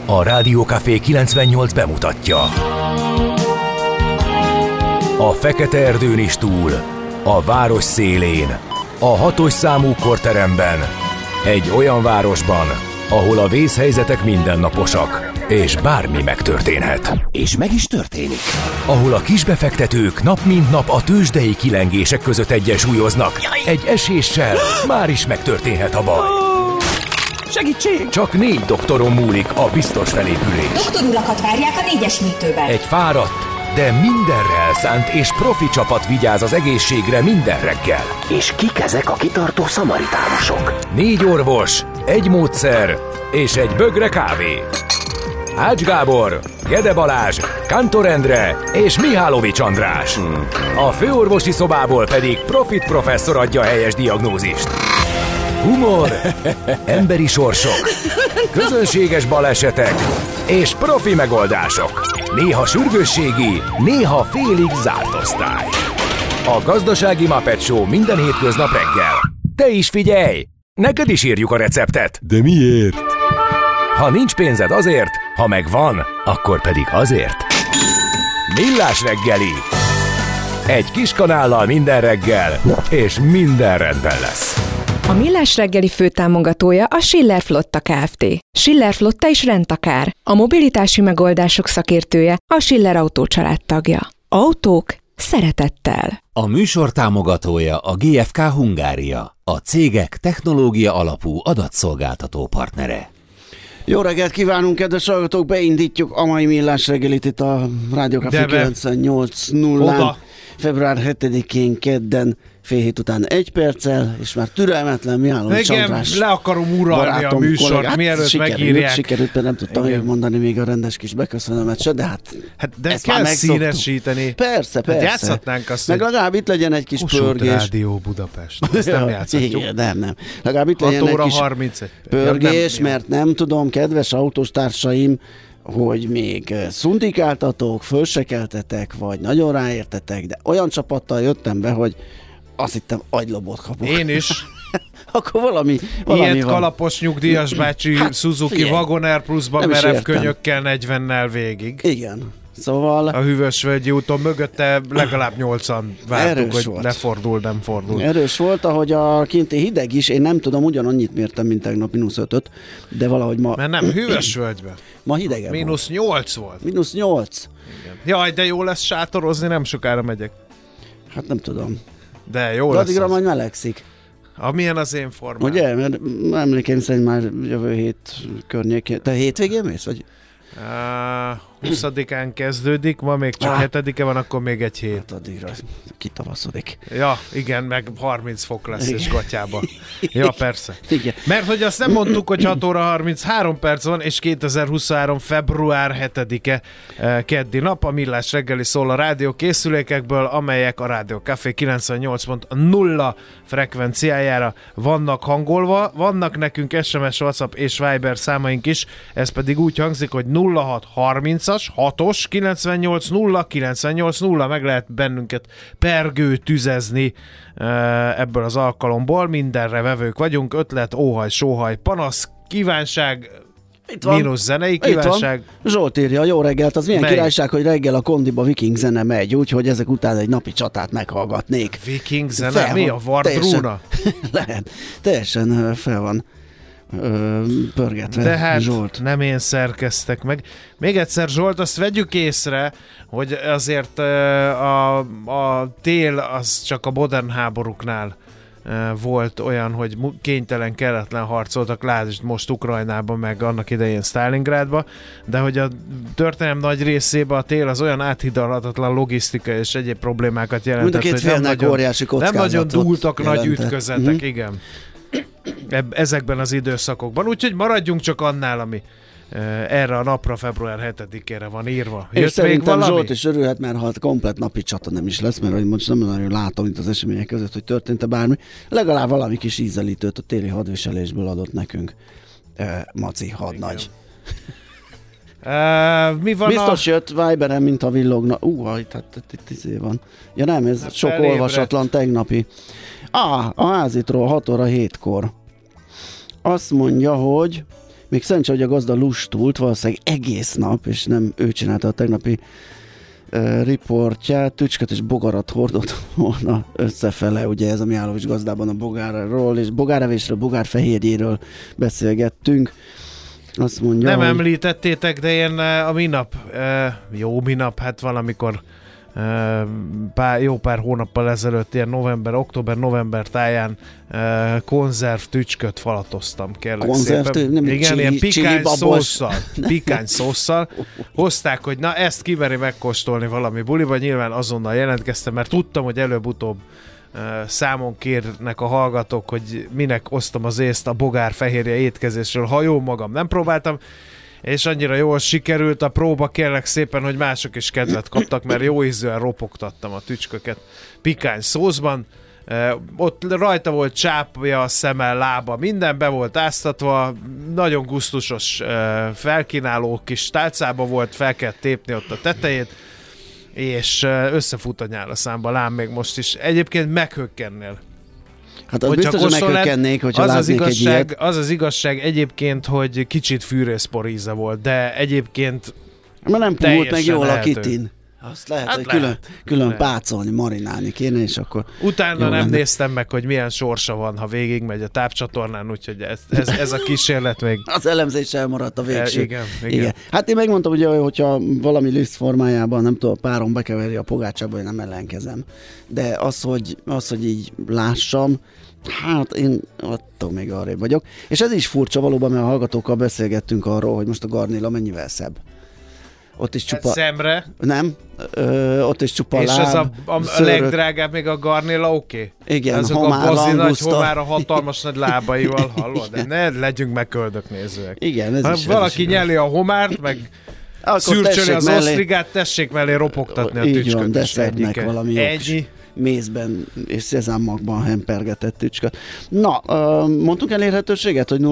A Rádió Café 98 bemutatja. A fekete erdőn is túl, a város szélén, a 6-os számú korteremben, egy olyan városban, ahol a vészhelyzetek mindennaposak, és bármi megtörténhet. És meg is történik. Ahol a kisbefektetők nap mint nap a tőzsdei kilengések között egyensúlyoznak. Egy eséssel már is megtörténhet a baj. Segítség! Csak 4 doktoron múlik a biztos felépülés. Doktorulakat várják a 4-es műtőben. Egy fáradt, de mindenre elszánt és profi csapat vigyáz az egészségre minden reggel. És kik ezek a kitartó szamaritánusok? 4 orvos, egy módszer és egy bögre kávé. Ács Gábor, Gede Balázs, Kántor Endre és Mihálovics András. A főorvosi szobából pedig Profit professzor adja a helyes diagnózist. Humor, emberi sorsok, közönséges balesetek és profi megoldások. Néha sürgősségi, néha félig zárt osztály. A Gazdasági Muppet Show minden hétköznap reggel. Te is figyelj! Neked is írjuk a receptet. De miért? Ha nincs pénzed azért, ha megvan, akkor pedig azért. Millás reggeli. Egy kis kanállal minden reggel, és minden rendben lesz. A Millás reggeli főtámogatója a Schiller Flotta Kft. Schiller Flotta is rendtakár. A mobilitási megoldások szakértője, a Schiller Autó család tagja. Autók szeretettel. A műsor támogatója a GFK Hungária, a cégek technológia alapú adatszolgáltató partnere. Jó reggelt kívánunk, kedves hallgatók! Beindítjuk a mai Millás reggelit itt a Rádió Café 98.0-án. Február 7-én kedden fél hét után 1 perccel, és már türelmetlen Mihálovics András. Le akarom uralni a műsort, mielőtt megírják. Sikerült, mert nem tudtam mondani még a rendes kis beköszönömet se, de de kell színesíteni. Persze. Hát játszhatnánk azt, meg legalább itt legyen egy kis pörgés. Rádió Budapest. Ezt nem játszhatjuk. Nem. Legalább itt legyen egy kis pörgés, mert nem tudom, kedves autóstársaim, hogy még szundikáltatók, fölsekeltetek, vagy nagyon ráértetek, de olyan csapattal jöttem be, hogy azt hittem, agylobot kapok. Én is. Akkor valami ilyet van. Kalapos nyugdíjas bácsi Suzuki Wagoner Plusban merev könyökkel 40-nel végig. Igen. Szóval... A Hűvösvölgyi úton mögötte legalább 8-an vártuk, hogy volt. lefordul, nem fordul. Erős volt, ahogy a kinti hideg is, én nem tudom, ugyanannyit mértem, mint tegnap, -5-öt, de valahogy ma... Mert nem, Hűvösvölgyben. Ma hidegebb -8 volt. -8. Igen. Jaj, de jó lesz sátorozni, nem sokára megyek. Hát nem tudom. De jó lesz. Addigra majd melegszik. Amilyen az én formám. Ugye? Mert emlékeim szerint már jövő hét környékén. Te hétvégén mész? Vagy? 20-án kezdődik, ma még csak 7-e van, akkor még egy hét. Hát addigra kitavaszodik. Ja, igen, meg 30 fok lesz és gatyába. Ja, persze. Igen. Mert hogy azt nem mondtuk, hogy 6 óra 33 perc van, és 2023. február 7-e keddi nap. A Millás reggeli szól a rádió készülékekből, amelyek a Rádió Café 98.0 frekvenciájára vannak hangolva. Vannak nekünk SMS, WhatsApp és Viber számaink is, ez pedig úgy hangzik, hogy 0630-as, 6-os, 98.0, meg lehet bennünket pergőtüzezni ebből az alkalomból. Mindenre vevők vagyunk, ötlet, óhaj, sóhaj, panasz, kívánság, mínusz zenei kívánság. Zsolt írja, jó reggelt, az milyen királyság, hogy reggel a kondiba viking zene megy, úgyhogy ezek után egy napi csatát meghallgatnék. Viking zene? Mi a Vardrúna? Lehet, teljesen fel van pörgetve. De hát Zsolt. nem én szerkeztek meg. Még egyszer, Zsolt, azt vegyük észre, hogy azért a tél az csak a modern háborúknál volt olyan, hogy kénytelen, kelletlen harcoltak, lásd most Ukrajnában, meg annak idején Stalingrádba, de hogy a történelem nagy részében a tél az olyan áthidalhatatlan logisztika és egyéb problémákat jelentett, hogy nem nagyon dúltak nagy ütközetek, Uh-huh. Igen. Ezekben az időszakokban. Úgyhogy maradjunk csak annál, ami erre a napra, február 7-ére van írva. És szerintem Zsolt is örülhet, mert ha komplet napi csata nem is lesz, mert most nem nagyon látom itt az események között, hogy történt-e bármi, legalább valami kis ízelítőt a téli hadviselésből adott nekünk Maci hadnagy. Mi van biztos jött Viberen, mint a villogna. Itt izé van. Ja nem, ez hát sok olvasatlan tegnapi. A házitról 6 óra 7-kor. Azt mondja, hogy Még szerencsé, hogy a gazda lustult, valószínűleg egész nap, és nem ő csinálta a tegnapi riportját, tücsköt és bogarat hordott volna összefele, ugye ez a Mihálovics gazdában a bogárról, és bogárevésről, bogárfehérjéről beszélgettünk. Azt mondja, nem említettétek, de én a minap, hát valamikor jó pár hónappal ezelőtt, ilyen október-november táján konzerv tücsköt falatoztam, kérlek szépen. Nem, igen, ilyen pikány szósszal hozták, hogy na ezt kimeri megkóstolni valami buliba, nyilván azonnal jelentkeztem, mert tudtam, hogy előbb-utóbb számon kérnek a hallgatók, hogy minek osztom az észt a bogár fehérje étkezésről, ha jó magam nem próbáltam, és annyira jól sikerült a próba, kérlek szépen, hogy mások is kedvet kaptak, mert jó ízűen ropogtattam a tücsköket pikány szószban. Ott rajta volt csápja, szeme, lába, minden be volt áztatva, nagyon gusztusos felkínáló kis tálcába volt, fel kellett tépni ott a tetejét, és összefut a nyál a számba, lám még most is. Egyébként meghökkennél. Hát az biztos, hogy meghökkennék, hogyha látnék egy ilyet. Az az igazság egyébként, hogy kicsit fűrészpor íze volt, de egyébként mert nem pult meg jól a kitin. Azt lehet, hát hogy külön pácolni, marinálni kéne, és akkor utána nem néztem meg, hogy milyen sorsa van, ha végigmegy a tápcsatornán, úgyhogy ez a kísérlet még... Az elemzés elmaradt a végső. Igen. Hát én megmondtam, ugye, hogyha valami liszt formájában, nem tudom, páron bekeveri a pogácsába, én nem ellenkezem. De az, hogy így lássam, hát én attól még arrébb vagyok. És ez is furcsa valóban, mert a hallgatókkal beszélgettünk arról, hogy most a Garnéla mennyivel szebb. Ott is csupa... Szemre? Nem, ott is csupa és láb, az a legdrágább még a Garnéla, oké? Igen, azok homár, a bazi nagy languszta. homár a hatalmas nagy lábaival, hallod? De ne legyünk meg köldöknézőek. Igen, ez ha is. valaki nyeli a homárt, meg szürcsöli az osztrigát, tessék mellé ropogtatni a tücsköt. Így van, de szednek valami ennyi. Mézben és szezámmagban hempergetett tücsköt. Na, mondtunk elérhetőséget, hogy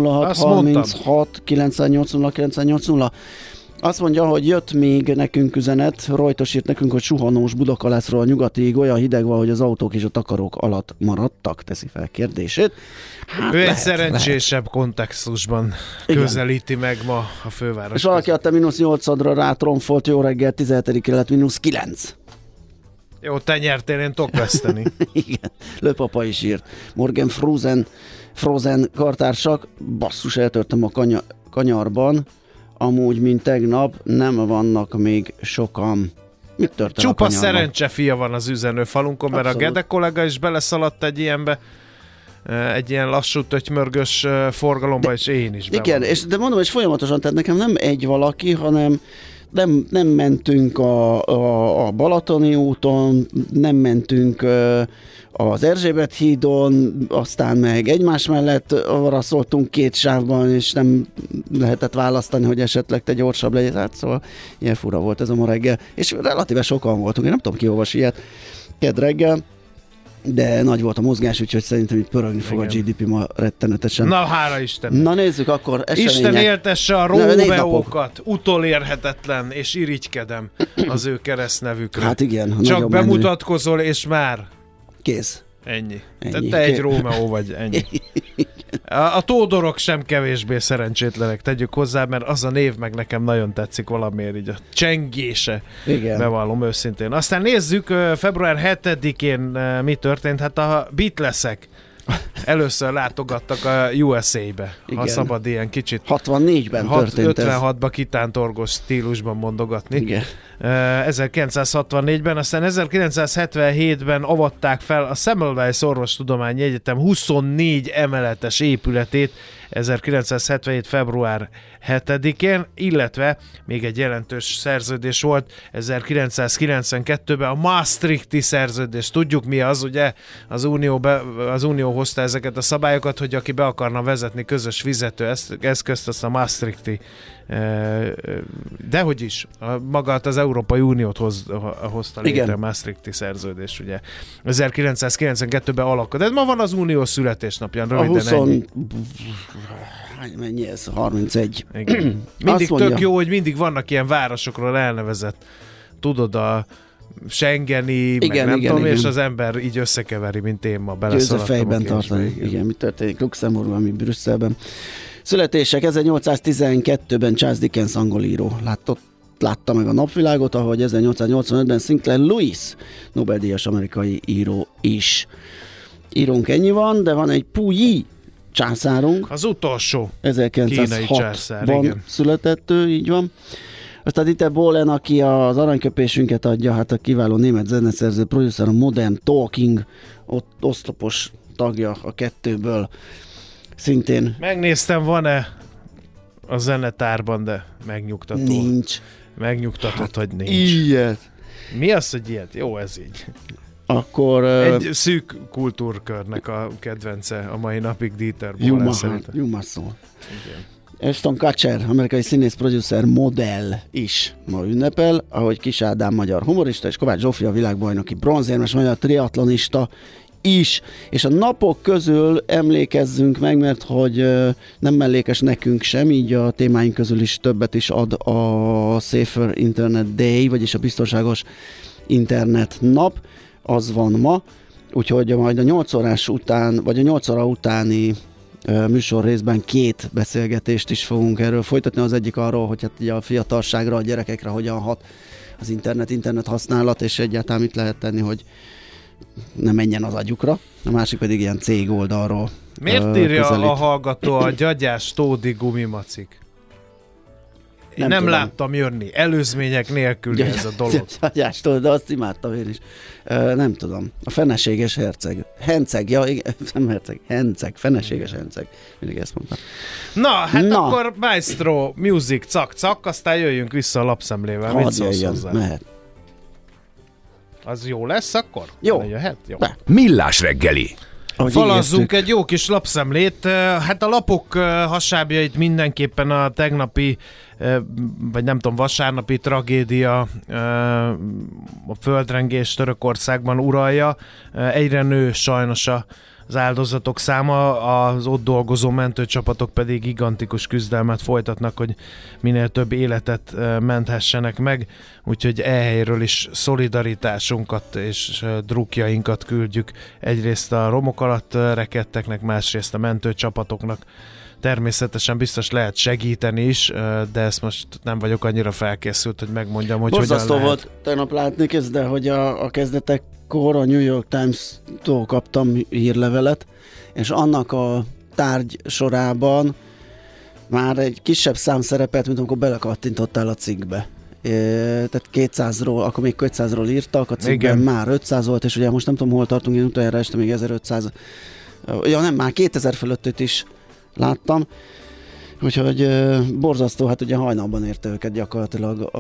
0636 980 980. Azt mondja, hogy jött még nekünk üzenet, Rojtos írt nekünk, hogy suhanós Budakalászról a nyugatiig olyan hideg van, hogy az autók és a takarók alatt maradtak, teszi fel kérdését. Hát ő egy szerencsésebb kontextusban közelíti meg ma a főváros. És valaki adta -8-ra rá tromfolt, jó reggel, 17-re lett -9. Jó, te nyertél, én tudok veszteni. Igen, Lőpapa is írt. Morgan Frozen kartársak, basszus, eltörtem a kanyarban, amúgy, mint tegnap, nem vannak még sokan. Mit tört el csupa szerencse fia van az üzenőfalunkon, mert abszolút. A Gede kollega is beleszaladt egy ilyenbe, egy ilyen lassú, tötymörgös forgalomba, és én is. Igen, de mondom, hogy folyamatosan, tehát nekem nem egy valaki, hanem nem mentünk a Balatoni úton, nem mentünk az Erzsébet hídon, aztán meg egymás mellett arra szóltunk két sávban, és nem lehetett választani, hogy esetleg te gyorsabb legyen. Hát szóval ilyen fura volt ez a ma reggel. És relatíve sokan voltunk, én nem tudom ki olvas ilyet kedd reggel, de nagy volt a mozgás, úgyhogy szerintem itt pörögni fog a GDP ma rettenetesen. Na, hála Isten! Na nézzük akkor események. Isten éltesse a Rómeókat, utolérhetetlen, és irigykedem az ő keresztnevükre. Hát igen. Csak bemutatkozol, és már kész. Ennyi. Te egy Rómeó vagy, ennyi. A Tódorok sem kevésbé szerencsétlenek, tegyük hozzá, mert az a név meg nekem nagyon tetszik valamiért, így a csengése. Igen. Bevallom őszintén. Aztán nézzük, február 7-én mi történt. Hát a Beatlesek először látogattak a USA-be, ha szabad ilyen kicsit 64-ben történt 56-ba kitántorgos stílusban mondogatni. Igen. 1964-ben, aztán 1977-ben avatták fel a Semmelweis Orvostudományi Egyetem 24 emeletes épületét 1977. február 7-én, illetve még egy jelentős szerződés volt 1992-ben a Maastrichti szerződés. Tudjuk mi az, ugye az Unió hozta ezeket a szabályokat, hogy aki be akarna vezetni közös fizetőeszközt, azt a Maastrichti dehogy is, magát az Európai Uniót hozta létre a Maastrichti szerződés, ugye. 1992-ben alakult. De ma van az Unió születésnapján, röviden ennyi. Mennyi ez? 31. Igen. Mindig tök jó, hogy mindig vannak ilyen városokról elnevezett, tudod, a Schengeni, meg nem tudom, és az ember így összekeveri, mint én ma beleszaladtam fejben tartani. Igen, mi történik Luxemburgban, mi Brüsszelben. Születések 1812-ben Charles Dickens angol író látta meg a napvilágot, ahogy 1885-ben Sinclair Lewis, Nobel-díjas amerikai író is. Írónk ennyi van, de van egy Puyi császárunk. Az utolsó 1906-ban született ő, így van. Aztán Dieter Bohlen, aki az aranyköpésünket adja, hát a kiváló német zeneszerző, producer, a Modern Talking oszlopos tagja a kettőből. Szintén. Megnéztem, van-e a zenetárban, de megnyugtató. Nincs. Megnyugtatott, hogy nincs. Ilyet. Mi az, hogy ilyet? Jó, ez így. Akkor... Egy szűk kultúrkörnek a kedvence a mai napig Dieter Bohlen szerintem. Juma szól. Ashton Kutcher, amerikai színész, producer, modell is ma ünnepel, ahogy Kis Ádám magyar humorista, és Kovács Zsófi a világbajnoki bronzérmes magyar triatlonista is. És a napok közül emlékezzünk meg, mert hogy nem mellékes nekünk sem, így a témáink közül is többet is ad a Safer Internet Day, vagyis a biztonságos internet nap. Az van ma, úgyhogy majd a 8 órás után, vagy a 8 óra utáni műsor részben 2 beszélgetést is fogunk erről folytatni. Az egyik arról, hogy hát ugye a fiatalságra, a gyerekekre hogyan hat az internet használat, és egyáltalán mit lehet tenni, hogy ne menjen az agyukra. A másik pedig ilyen cég oldalról. Miért írja a hallgató a gyagyás tódi gumimacik? Én nem láttam jönni. Előzmények nélkül ez a dolog. Gyagyástól, de azt imádtam én is. Nem tudom. A feleséges herceg. Henceg, ja, igen, nem herceg. Henceg, feleséges henceg. Mindig ezt mondtam. Na, akkor Maestro Music, cak, aztán jöjjünk vissza a lapszemlével. Mit szólsz hozzá? Mehet. Az jó lesz akkor? Jó. Jó. Millás reggeli. Falazzunk egy jó kis lapszemlét. Hát a lapok hasábjait mindenképpen a tegnapi, vagy nem tudom, vasárnapi tragédia, a földrengés Törökországban uralja. Egyre nő sajnos az áldozatok száma, az ott dolgozó mentőcsapatok pedig gigantikus küzdelmet folytatnak, hogy minél több életet menthessenek meg, úgyhogy ehelyről is szolidaritásunkat és drukjainkat küldjük egyrészt a romok alatt rekedteknek, másrészt a mentőcsapatoknak. Természetesen biztos lehet segíteni is, de ezt most nem vagyok annyira felkészült, hogy megmondjam, hogy hogyan lehet. Borzasztó volt tegnap látni, de hogy a kezdetekkor a New York Times-tól kaptam hírlevelet, és annak a tárgy sorában már egy kisebb szám szerepelt, mint amikor belekattintottál a cikkbe. Tehát 200-ról, akkor még 200-ról írtak, a cikkben már 500 volt, és ugye most nem tudom, hol tartunk, én utoljára este még 1500, ja nem, már 2000 fölöttöt is láttam, úgyhogy borzasztó, hát ugye hajnalban érte őket gyakorlatilag,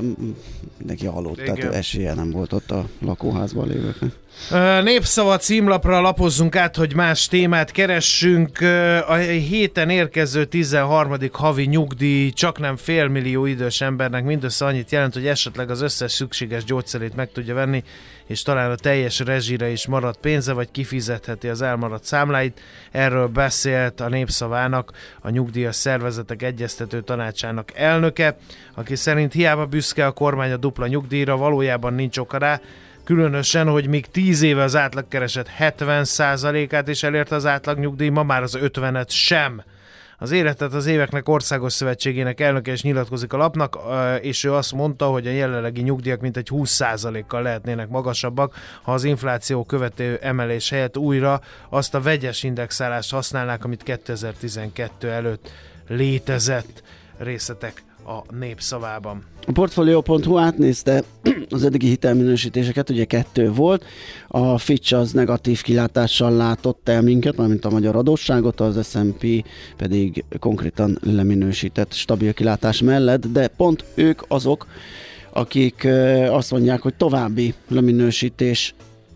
mindenki aludt, tehát esélye nem volt ott a lakóházban lévőknek. Népszava címlapra lapozzunk át, hogy más témát keressünk. A héten érkező 13. havi nyugdíj csaknem 500 000 idős embernek mindössze annyit jelent, hogy esetleg az összes szükséges gyógyszerét meg tudja venni, és talán a teljes rezsire is marad pénze, vagy kifizetheti az elmaradt számláit. Erről beszélt a Népszavának a nyugdíjas szervezetek egyeztető tanácsának elnöke, aki szerint hiába büszke a kormány a dupla nyugdíjra, valójában nincs oka rá, különösen, hogy még 10 éve az átlagkereset 70%-át is elérte az átlagnyugdíj, ma már az 50-et sem. Az Életet az Éveknek Országos Szövetségének elnöke is nyilatkozik a lapnak, és ő azt mondta, hogy a jelenlegi nyugdíjak mintegy 20%-kal lehetnének magasabbak, ha az infláció követő emelés helyett újra azt a vegyes indexálást használnák, amit 2012 előtt létezett. Részletek a Népszavában. A Portfolio.hu átnézte az eddigi hitelminősítéseket, ugye 2 volt, a Fitch az negatív kilátással látott el minket, mármint a magyar adósságot, az S&P pedig konkrétan leminősített stabil kilátás mellett, de pont ők azok, akik azt mondják, hogy további leminősítés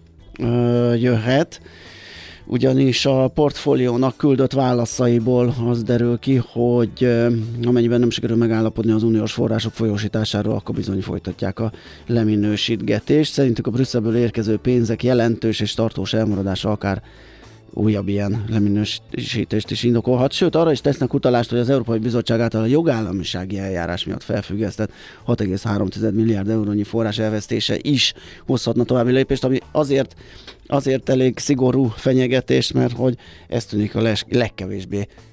jöhet, ugyanis a Portfóliónak küldött válaszaiból az derül ki, hogy amennyiben nem sikerül megállapodni az uniós források folyósításáról, akkor bizony folytatják a leminősítgetést. Szerintük a Brüsszelből érkező pénzek jelentős és tartós elmaradása akár újabb ilyen leminősítést is indokolhat. Sőt, arra is tesznek utalást, hogy az Európai Bizottság által a jogállamisági eljárás miatt felfüggesztett 6,3 milliárd eurónyi forrás elvesztése is hozhatna további lépést, ami azért elég szigorú fenyegetés, mert hogy ez tűnik a legkevésbé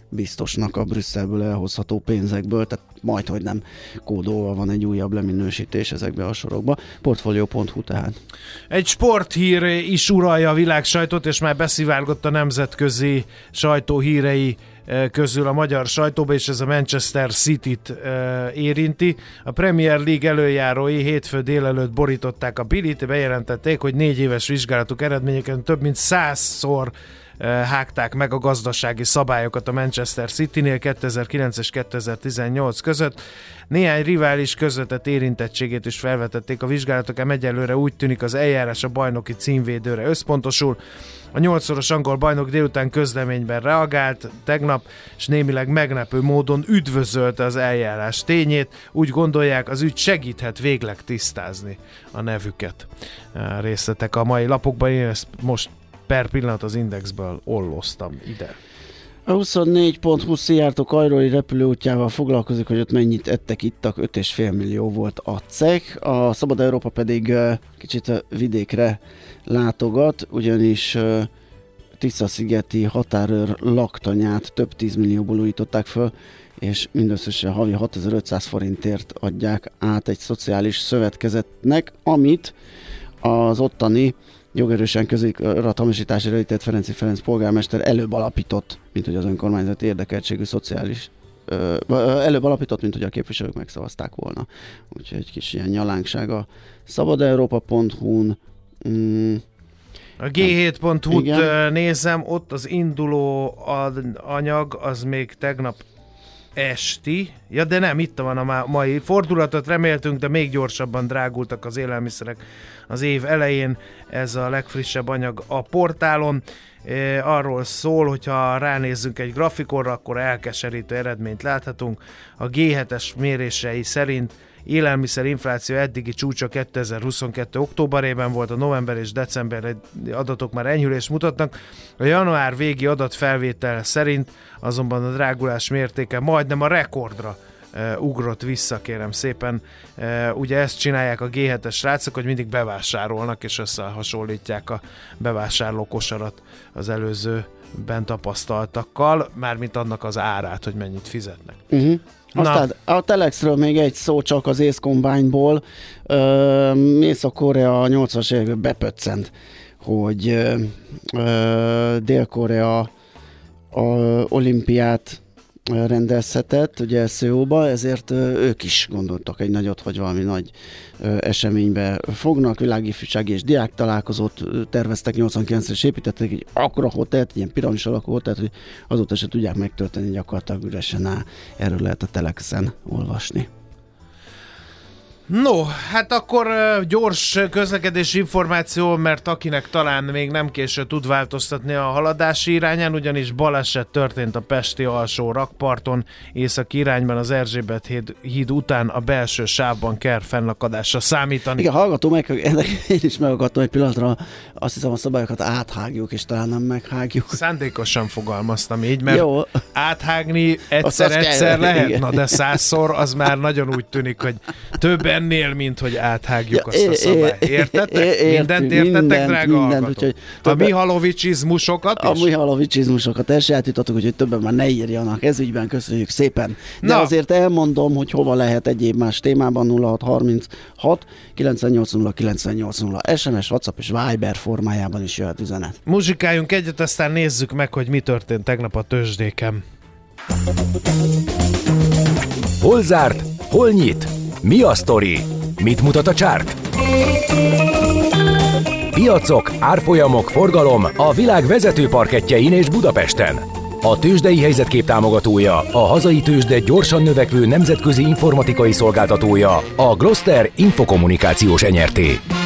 biztosnak a Brüsszelből elhozható pénzekből, tehát majdhogy nem kódolva van egy újabb leminősítés ezekbe a sorokba. Portfolio.hu tehát. Egy sporthír is uralja a világ sajtót, és már beszivárgott a nemzetközi sajtó hírei közül a magyar sajtóba, és ez a Manchester City-t érinti. A Premier League előjárói hétfő délelőtt borították a bilit, bejelentették, hogy 4 éves vizsgálatuk eredményeken több mint 100-szor hágták meg a gazdasági szabályokat a Manchester Citynél 2009 és 2018 között. Néhány rivális közvetett érintettségét is felvetették a vizsgálatok, ám egyelőre úgy tűnik, az eljárás a bajnoki címvédőre összpontosul. A 8-szoros angol bajnok délután közleményben reagált tegnap, és némileg meglepő módon üdvözölte az eljárás tényét. Úgy gondolják, az ügy segíthet végleg tisztázni a nevüket. Részletek a mai lapokban, én ezt most per pillanat az Indexből olloztam ide. A 24.20 Szijjártó kajrói repülőútjával foglalkozik, hogy ott mennyit ettek, ittak, 5,5 millió volt a cekk. A Szabad Európa pedig kicsit a vidékre látogat, ugyanis Tisza-szigeti határőr laktanyát több 10 millióból újították föl, és mindösszesen havi 6500 forintért adják át egy szociális szövetkezetnek, amit az ottani jogerősen közigazgatáshamisításra ített Ferenc polgármester előbb alapított, mint hogy az önkormányzati érdekeltségű szociális előbb alapított, mint hogy a képviselők megszavazták volna. Úgyhogy egy kis ilyen nyalánkság a szabadeuropa.hu-n. A G7.hu-t nézem, ott az induló anyag az még tegnap esti. Ja, de nem, itt van a mai fordulatot reméltünk, de még gyorsabban drágultak az élelmiszerek az év elején. Ez a legfrissebb anyag a portálon. Arról szól, hogyha ránézzünk egy grafikonra, akkor elkeserítő eredményt láthatunk. A G7-es mérései szerint élelmiszerinfláció eddigi csúcsa 2022. októberében volt, a november és december adatok már enyhülést mutatnak. A január végi adatfelvétel szerint azonban a drágulás mértéke majdnem a rekordra ugrott vissza, kérem szépen. Ugye ezt csinálják a G7-es srácok, hogy mindig bevásárolnak, és összehasonlítják a bevásárlókosarat az előzőben tapasztaltakkal, mármint annak az árát, hogy mennyit fizetnek. Aztán a Telexről még egy szó csak az Ace Combine-ból. Észak-Korea a 80-as években bepöccent, hogy Dél-Korea olimpiát rendezhetett, ugye Szöulba, ezért ők is gondoltak egy nagyot, hogy valami nagy eseménybe fognak, világifjúsági és diák találkozót terveztek, 89-re és építettek egy akkora hotelt, ilyen piramis alakú hotelt, hogy azóta se tudják megtölteni, gyakorlatilag üresen áll. Erről lehet a Telexen olvasni. No, hát akkor gyors közlekedési információ, mert akinek talán még nem késő tud változtatni a haladási irányán, ugyanis baleset történt a pesti alsó rakparton, északi irányban az Erzsébet híd után a belső sávban kell fennakadásra számítani. Igen, hallgató, én is megakadtam egy pillanatra, azt hiszem a szabályokat áthágjuk, és talán nem meghágjuk. Szándékosan fogalmaztam így, mert jó. Áthágni egyszer lehet, igen. Na de 100-szor az már nagyon úgy tűnik, hogy több ennél, mint hogy áthágjuk azt a szabályt. Értettek? Mindent értettek, drága hallgatók? A mihalovicizmusokat is? A mihalovicizmusokat elsajátítottuk, úgyhogy többen már ne írjanak. Ez ügyben köszönjük szépen. De azért elmondom, hogy hova lehet egyéb más témában. 0636 980 980 SMS, WhatsApp és Viber formájában is jöhet üzenet. Muzsikáljunk egyet, aztán nézzük meg, hogy mi történt tegnap a tőzsdéken. Hol zárt? Hol nyit? Mi a sztori? Mit mutat a csárt? Piacok, árfolyamok, forgalom a világ vezető parkettjein és Budapesten. A tőzsdei helyzetkép támogatója, a hazai tőzsde gyorsan növekvő nemzetközi informatikai szolgáltatója, a Gloster Infokommunikációs Nrt.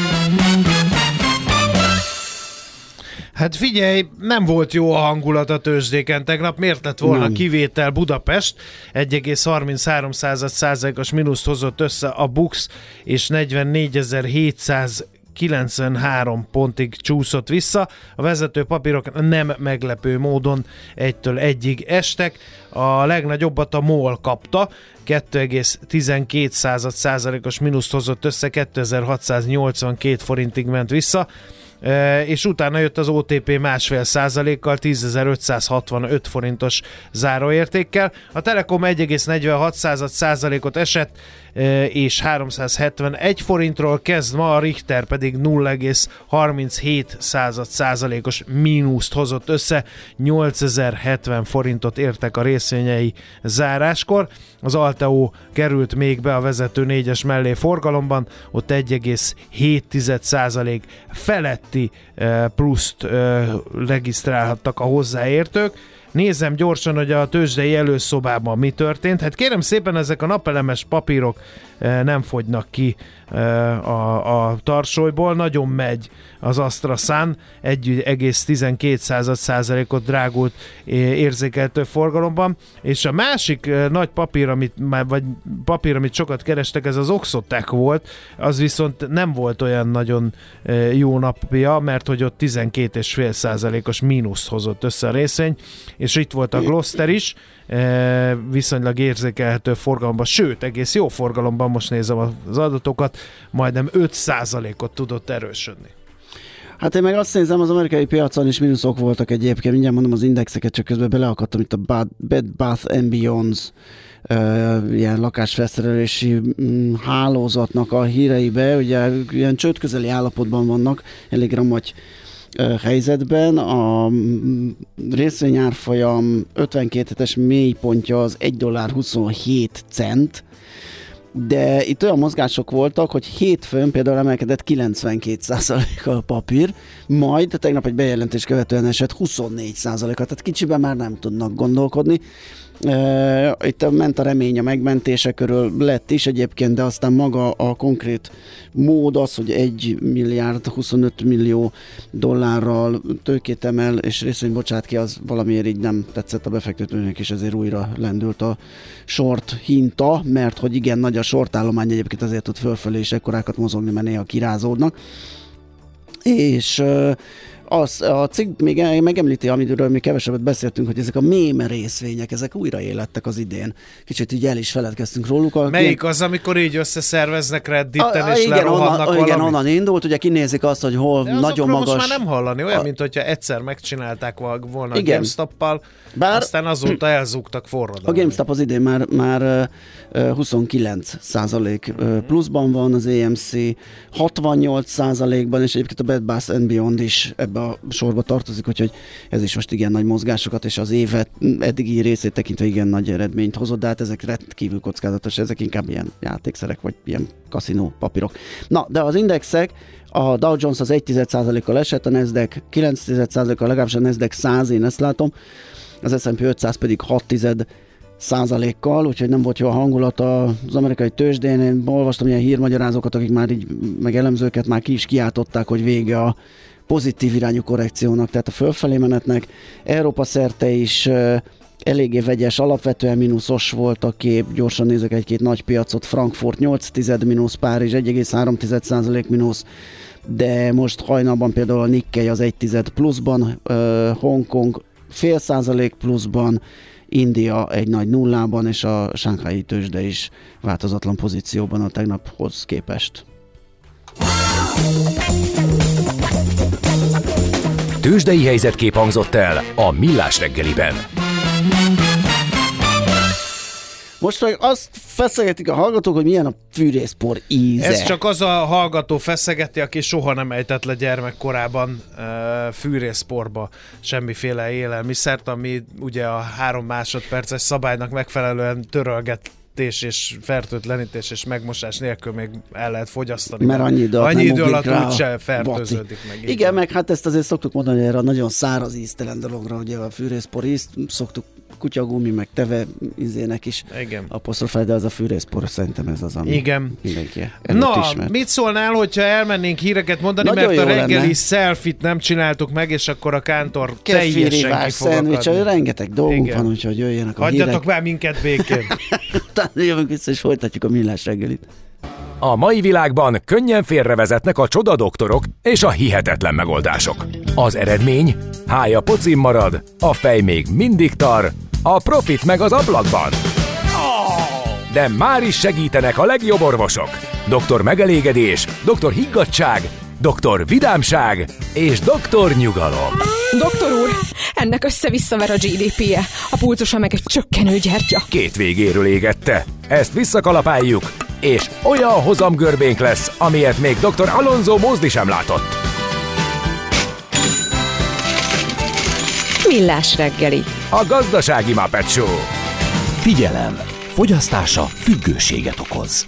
Hát figyelj, nem volt jó a hangulat a tőzsdéken tegnap, miért lett volna kivétel Budapest? 1,33%-os mínuszt hozott össze a BUX, és 44.793 pontig csúszott vissza. A vezető papírok nem meglepő módon 1-től 1-ig estek. A legnagyobbat a MOL kapta, 2,12%-os mínuszt hozott össze, 2682 forintig ment vissza. és utána jött az OTP 1,5%-kal, 10.565 forintos záróértékkel. A Telekom 1,46%-ot esett, és 371 forintról kezd ma, a Richter pedig 0,37%-os mínuszt hozott össze, 8070 forintot értek a részvényei záráskor. Az Alteo került még be a vezető 4-es mellé forgalomban, ott 1,7% feletti pluszt regisztrálhattak a hozzáértők. Nézem gyorsan, hogy a tőzsdei előszobában mi történt. Hát kérem szépen, ezek a napelemes papírok nem fogynak ki a tarsolyból. Nagyon megy az AstraZan, 1,12%-ot drágult érzékeltő forgalomban, és a másik nagy papír, amit sokat kerestek, ez az Oxotec volt, az viszont nem volt olyan nagyon jó napja, mert hogy ott 12,5%-os mínuszt hozott össze a részvény, és itt volt a Gloster is, viszonylag érzékelhető forgalomban, sőt, egész jó forgalomban, most nézem az adatokat, majdnem 5%-ot tudott erősödni. Hát én meg azt nézem, az amerikai piacon is mínuszok voltak egyébként, mindjárt mondom az indexeket, csak közben beleakadtam itt a Bed Bath & Beyond's ilyen lakásfelszerelési hálózatnak a híreibe, ugye ilyen csődközeli állapotban vannak, elég ramagy helyzetben. A részvényárfolyam 52 hetes mélypontja az $1.27, de itt olyan mozgások voltak, hogy hétfőn például emelkedett 92%-kal a papír, majd tegnap egy bejelentés követően esett 24%-at, tehát kicsiben már nem tudnak gondolkodni. Itt ment a remény a megmentése körül, lett is egyébként, de aztán maga a konkrét mód az, hogy 1,25 milliárd tőkét emel, és részvényt bocsát ki, az valamiért így nem tetszett a befektetőnek, és ezért újra lendült a short hinta, mert hogy igen, nagy a short állomány, egyébként azért tud fölfelé is ekkorákat mozogni, mert néha kirázódnak. És a cikk még megemlíti, amiről mi kevesebbet beszéltünk, hogy ezek a mém részvények, ezek újraélettek az idén. Kicsit így el is feledkeztünk róluk. Melyik az, amikor így összeszerveznek Redditen és lerohannak valamit? Igen, onnan indult, ugye kinézik azt, hogy hol de nagyon magas... most már nem hallani, olyan, mint hogyha egyszer megcsinálták volna a GameStop-pal, aztán azóta elzúgtak forradalmat. A GameStop az idén már 29% pluszban van, az AMC 68%-ban, és egyébként a Bed Bath & Beyond is ebbe a sorba tartozik, úgyhogy ez is most igen nagy mozgásokat, és az évet eddigi részét tekintve igen nagy eredményt hozott, de hát ezek rendkívül kockázatos, ezek inkább ilyen játékszerek, vagy ilyen kaszinó papírok. Na, de az indexek, a Dow Jones az 1,1%-kal esett, a Nasdaq 9,1%-kal, legalábbis a Nasdaq 100, én ezt látom, az S&P 500 pedig 6,1%-kal, úgyhogy nem volt jó a hangulat az amerikai tőzsdén. Én olvastam ilyen hírmagyarázókat, akik már így, meg elemzőket már ki is kiáltották, hogy vége a pozitív irányú korrekciónak, tehát a fölfelé menetnek. Európa szerte is eléggé vegyes, alapvetően mínuszos volt a kép, gyorsan nézek egy-két nagy piacot, Frankfurt 8,1 mínusz, Párizs 1,3% mínusz, de most hajnalban például a Nikkei az 1,1 pluszban, Hongkong 0,5% pluszban, India egy nagy nullában, és a shanghai tőzsde is változatlan pozícióban a tegnaphoz képest. Tőzsdei helyzetkép hangzott el a Millás reggeliben. Most meg azt feszegetik a hallgatók, hogy milyen a fűrészpor íze. Ez csak az a hallgató feszegeti, aki soha nem ejtett le gyermekkorában fűrészporba semmiféle élelmiszert, ami ugye a 3 másodperces szabálynak megfelelően törölget és fertőtlenítés és megmosás nélkül még el lehet fogyasztani. Mert annyi idő alatt úgyse fertőződik meg. Igen, meg hát ezt azért szoktuk mondani, hogy erre a nagyon száraz íztelen dologra, ugye a fűrészpor ízt, szoktuk kutyagumi, meg teve ízének is apostrofál, de az a fűrészpor, szerintem ez az, ami mindenki ismert. Mit szólnál, hogyha elmennénk híreket mondani, nagyon mert a reggeli selfie-t nem csináltuk meg, és akkor a Kántor teljesen ki fog akadni. Rengeteg dolgunk van, úgyhogy jöjjenek a hírek. Hagyjatok már minket békén. Utána jövünk vissza, és folytatjuk a Millás reggelit. A mai világban könnyen félrevezetnek a csodadoktorok és a hihetetlen megoldások. Az eredmény? Hája pocim marad, a fej még mindig tar, a profit meg az ablakban. De már is segítenek a legjobb orvosok. Doktor megelégedés, doktor higgadtság Dr. Vidámság és Dr. Nyugalom. Doktor úr, ennek össze-visszaver a GDP-je, a pulzusa meg egy csökkenő gyertya. Két végéről égette. Ezt visszakalapáljuk, és olyan hozamgörbénk lesz, amilyet még Dr. Alonso Mózdi sem látott. Millás reggeli. A gazdasági Muppet Show. Figyelem! Fogyasztása függőséget okoz.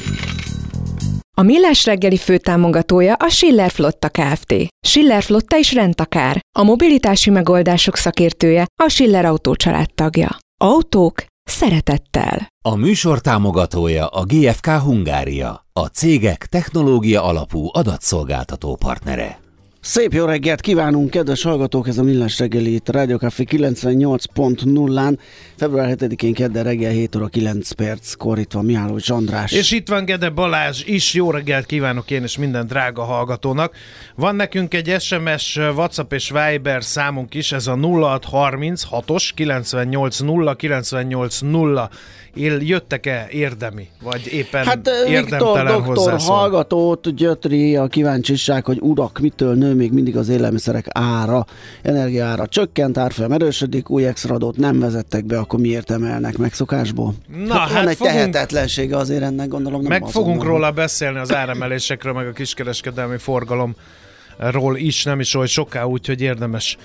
A Millás reggeli főtámogatója a Schiller Flotta Kft. Schiller Flotta is rendtakár. A mobilitási megoldások szakértője, a Schiller Autó családtagja. Autók szeretettel. A műsor támogatója a GFK Hungária, a cégek technológia alapú adatszolgáltató partnere. Szép jó reggelt kívánunk, kedves hallgatók! Ez a Millás reggeli itt a Rádió Café 98.0-án. Február 7-én kedden reggel 7 óra 9 perckor itt van Mihálovics András. És itt van Gede Balázs is. Jó reggelt kívánok én és minden drága hallgatónak. Van nekünk egy SMS, WhatsApp és Viber számunk is, ez a 0636-os 980 980. Jöttek-e érdemi, vagy éppen érdemtelen doktor hallgatót gyötri a kíváncsiság, hogy urak, mitől nő még mindig az élelmiszerek ára, energiaára csökkent, árfolyam erősödik, új extra adót nem vezettek be, akkor miért emelnek meg szokásból? Van egy tehetetlensége azért ennek, gondolom. Nem fogunk róla beszélni, az áremelésekről, meg a kiskereskedelmi forgalomról is, nem is olyan soká, úgyhogy érdemes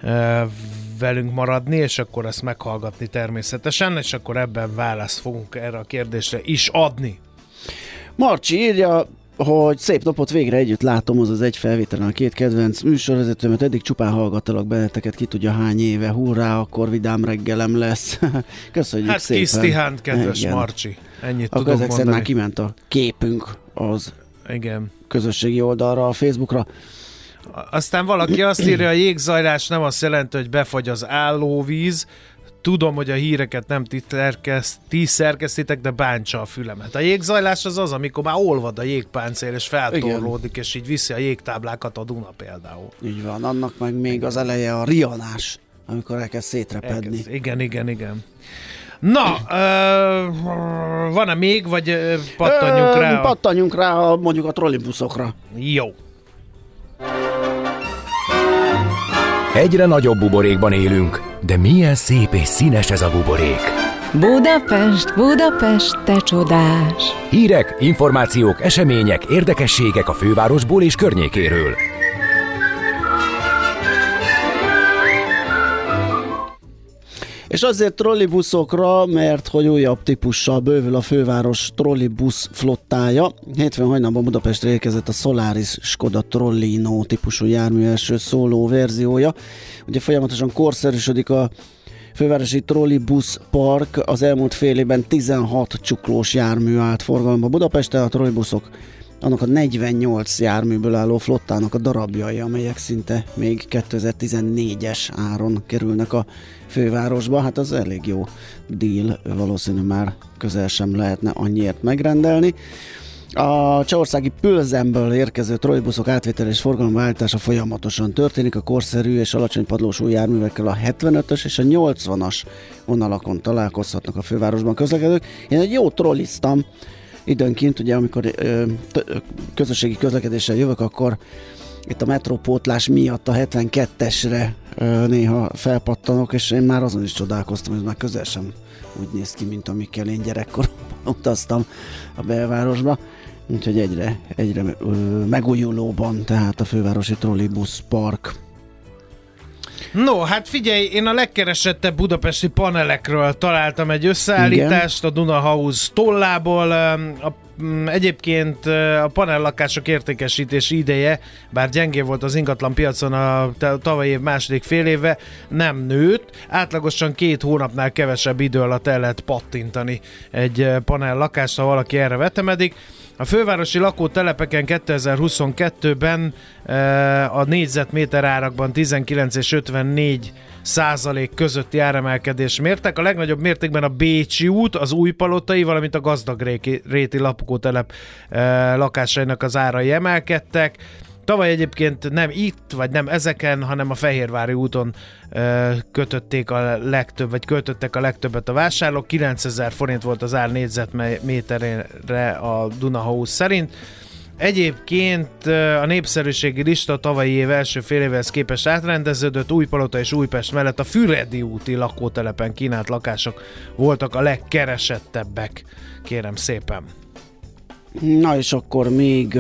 velünk maradni, és akkor ezt meghallgatni természetesen, és akkor ebben választ fogunk erre a kérdésre is adni. Marcsi írja, hogy szép napot, végre együtt látom, az egy felvételen a két kedvenc műsorvezetőmet, eddig csupán hallgattalak benneteket, ki tudja hány éve, hurrá, akkor vidám reggelem lesz. Köszönjük szépen. Hát kisztihant, kedves igen. Marcsi, ennyit akkor tudok mondani. Már kiment a képünk az igen. közösségi oldalra, a Facebookra. Aztán valaki azt írja, a jégzajlás nem azt jelenti, hogy befagy az állóvíz. Tudom, hogy a híreket nem ti szerkesztitek, de bántsa a fülemet. A jégzajlás az, amikor már olvad a jégpáncél, és feltorlódik, és így viszi a jégtáblákat a Duna például. Így van, annak meg még az eleje a rianás, amikor elkezd szétrepedni. Igen. Na, van-e még, vagy pattanjunk rá? Pattanjunk rá mondjuk a trollibuszokra. Jó. Egyre nagyobb buborékban élünk, de milyen szép és színes ez a buborék. Budapest, Budapest, te csodás! Hírek, információk, események, érdekességek a fővárosból és környékéről. És azért trollibuszokra, mert hogy újabb típussal bővül a főváros trollibusz flottája. Hétfőn hajnalban Budapestre érkezett a Solaris Skoda Trollino típusú jármű első szóló verziója. Ugye folyamatosan korszerűsödik a fővárosi trollibusz park, az elmúlt fél évben 16 csuklós jármű állt forgalomba Budapesten, a trollibuszok annak a 48 járműből álló flottának a darabjai, amelyek szinte még 2014-es áron kerülnek a fővárosba. Hát az elég jó deal, valószínű már közel sem lehetne annyiért megrendelni. A csehországi Pilzenből érkező trollibuszok átvétel és forgalomba állítása folyamatosan történik. A korszerű és alacsony padlós új járművekkel a 75-ös és a 80-as vonalakon találkozhatnak a fővárosban közlekedők. Én egy jó trolliztam időnként, ugye amikor közösségi közlekedéssel jövök, akkor itt a metrópótlás miatt a 72-esre néha felpattanok, és én már azon is csodálkoztam, hogy ez már közel sem úgy néz ki, mint amikkel én gyerekkoromban utaztam a belvárosba. Úgyhogy egyre megújulóban, tehát a fővárosi trollibusz park. No, hát figyelj, én a legkeresettebb budapesti panelekről találtam egy összeállítást. Igen. A Duna House tollából. Egyébként a panellakások értékesítési ideje, bár gyengébb volt az ingatlan piacon a tavalyi év második fél éve, nem nőtt. Átlagosan 2 hónapnál kevesebb idő alatt el lehet pattintani egy panellakást, ha valaki erre vetemedik. A fővárosi lakótelepeken 2022-ben a négyzetméter árakban 19 és 54 % közötti áremelkedés mértek. A legnagyobb mértékben a Bécsi út, az Újpalotai, valamint a Gazdagréti lakótelep lakásainak az árai emelkedtek. Tavaly egyébként nem itt, vagy nem ezeken, hanem a Fehérvári úton kötöttek a legtöbbet a vásárlók. 9000 forint volt az ár négyzetméterre a Duna House szerint. Egyébként a népszerűségi lista tavalyi év első fél évhez képest átrendeződött, Újpalota és Újpest mellett a Füredi úti lakótelepen kínált lakások voltak a legkeresettebbek, kérem szépen. Na és akkor még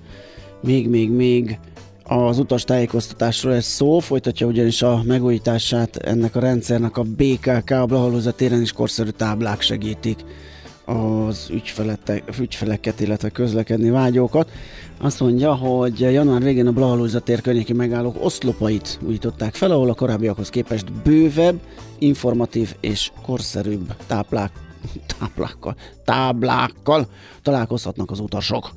az utastájékoztatásról ez szó, folytatja ugyanis a megújítását ennek a rendszernek a BKK, a Blahalújza téren is korszerű táblák segítik az ügyfeleket, illetve közlekedni vágyókat. Azt mondja, hogy január végén a Blahalújza tér környéki megállók oszlopait újították fel, ahol a korábbiakhoz képest bővebb, informatív és korszerűbb táblákkal találkozhatnak az utasok.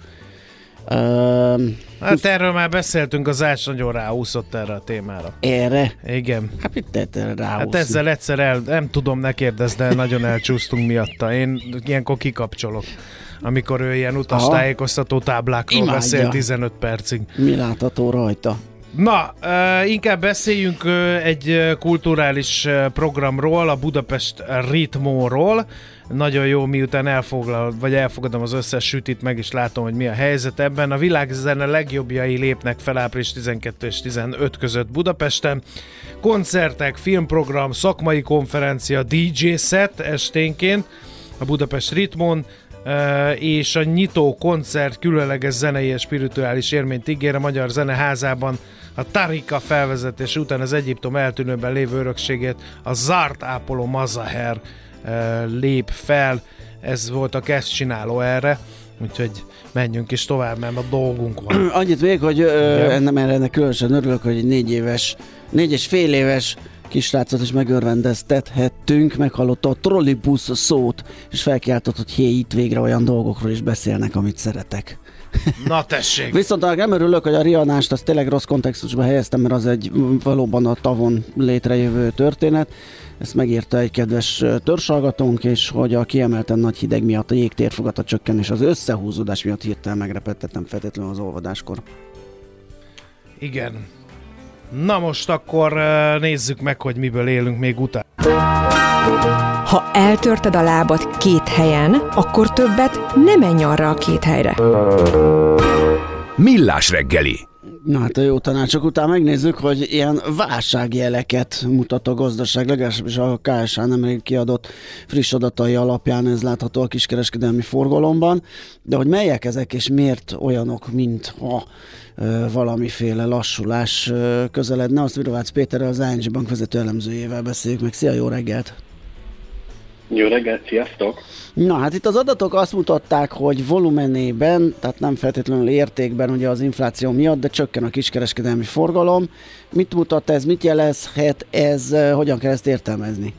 Hát erről már beszéltünk, az Ács nagyon ráúszott erre a témára. Erre? Igen. Hát mit tett erre ráúszni? Hát ezzel egyszer nem tudom, ne kérdezz, de nagyon elcsúsztunk miatta. Én ilyenkor kikapcsolok, amikor ő ilyen utastájékoztató táblákról beszél 15 percig. Mi látható rajta? Na, inkább beszéljünk egy kulturális programról, a Budapest Ritmóról. Nagyon jó, miután elfogadom az összes sütit, meg is látom, hogy mi a helyzet ebben. A világzene legjobbjai lépnek fel április 12 és 15 között Budapesten. Koncertek, filmprogram, szakmai konferencia, DJ set esténként a Budapest Ritmón, és a nyitó koncert különleges zenei és spirituális élményt ígér a Magyar Zeneházában. A Tarika felvezetés után az Egyiptom eltűnőben lévő örökségét a Zart ápoló Mazaher lép fel. Ez volt a kezdcsináló erre, úgyhogy menjünk is tovább, mert a dolgunk van. Annyit még, hogy ennek különösen örülök, hogy egy 4,5 éves kisrácot is megörvendeztethettünk, meghallotta a trollibusz szót, és felkiáltott, hogy hé, itt végre olyan dolgokról is beszélnek, amit szeretek. Na tessék! Viszont nem örülök, hogy a Rianást azt tényleg rossz kontextusba helyeztem, mert az egy valóban a tavon létrejövő történet. Ezt megírta egy kedves törzshallgatónk, és hogy a kiemelten nagy hideg miatt a jégtérfogata csökken, és az összehúzódás miatt hirtelen megrepettettem feltétlenül az olvadáskor. Igen. Na most akkor nézzük meg, hogy miből élünk még utána. Ha eltörted a lábad 2 helyen, akkor többet nem menj arra a 2 helyre. Millás reggeli. Na hát a jó tanácsok után megnézzük, hogy ilyen válságjeleket mutat a gazdaság, legalábbis a KSH nemrég kiadott friss adatai alapján ez látható a kiskereskedelmi forgalomban, de hogy melyek ezek és miért olyanok, mintha valamiféle lassulás közeledne, azt Virovácz Péterrel, az ING Bank vezető elemzőjével beszéljük meg. Szia, jó reggelt! Jó reggelt, sziasztok! Na hát itt az adatok azt mutatták, hogy volumenében, tehát nem feltétlenül értékben ugye az infláció miatt, de csökken a kiskereskedelmi forgalom. Mit mutat ez, mit jelezhet ez, hogyan kell ezt értelmezni?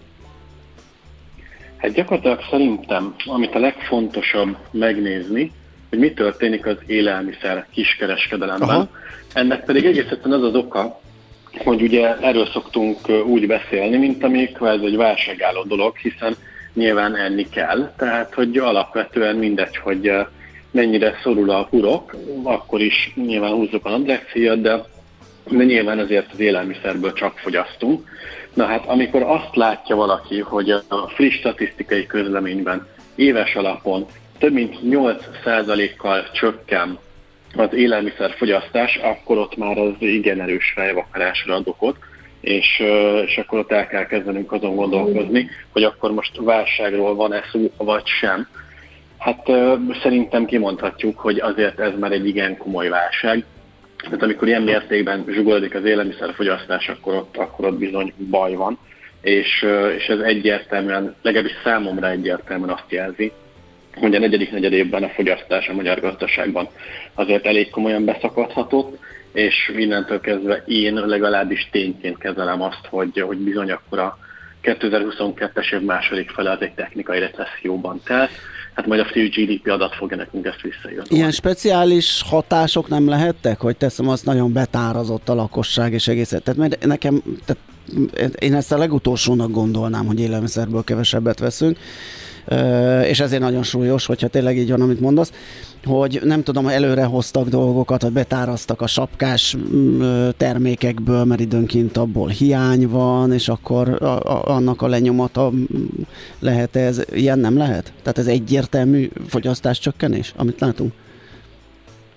Hát gyakorlatilag szerintem, amit a legfontosabb megnézni, hogy mi történik az élelmiszer kiskereskedelemben. Aha. Ennek pedig egész egyszerűen az az oka, hogy ugye erről szoktunk úgy beszélni, mint amikor ez egy válságálló dolog, hiszen nyilván enni kell, tehát hogy alapvetően mindegy, hogy mennyire szorul a hurok, akkor is nyilván húzzuk a nadrágszíjat, de nyilván azért az élelmiszerből csak fogyasztunk. Na hát amikor azt látja valaki, hogy a friss statisztikai közleményben éves alapon több mint 8%-kal csökken az élelmiszerfogyasztás, akkor ott már az igen erős fejvakarásra ad okot, és akkor ott el kell kezdenünk azon gondolkozni, hogy akkor most válságról van-e szó, vagy sem. Hát szerintem kimondhatjuk, hogy azért ez már egy igen komoly válság. Tehát amikor ilyen mértékben zsugorodik az élelmiszerfogyasztás, akkor ott bizony baj van, és ez egyértelműen, legalábbis számomra egyértelműen azt jelzi, hogy a negyedik negyedévben a fogyasztás a magyar gazdaságban azért elég komolyan beszakadhatott, és innentől kezdve én legalábbis tényként kezelem azt, hogy bizony akkor a 2022-es év második fele az egy technikai recesszióban telt. Hát majd a friss GDP adat fogja nekünk ezt visszajönni. Ilyen speciális hatások nem lehettek, hogy teszem azt, nagyon betárazott a lakosság és egészet. Tehát mert nekem, én ezt a legutolsónak gondolnám, hogy élelmiszerből kevesebbet veszünk, és ezért nagyon súlyos, hogyha tényleg így van, amit mondasz, hogy nem tudom, előre hoztak dolgokat, vagy betáraztak a sapkás termékekből, mert időnként abból hiány van, és akkor annak a lenyomata lehet ez. Ilyen nem lehet? Tehát ez egyértelmű fogyasztás csökkenés, amit látunk?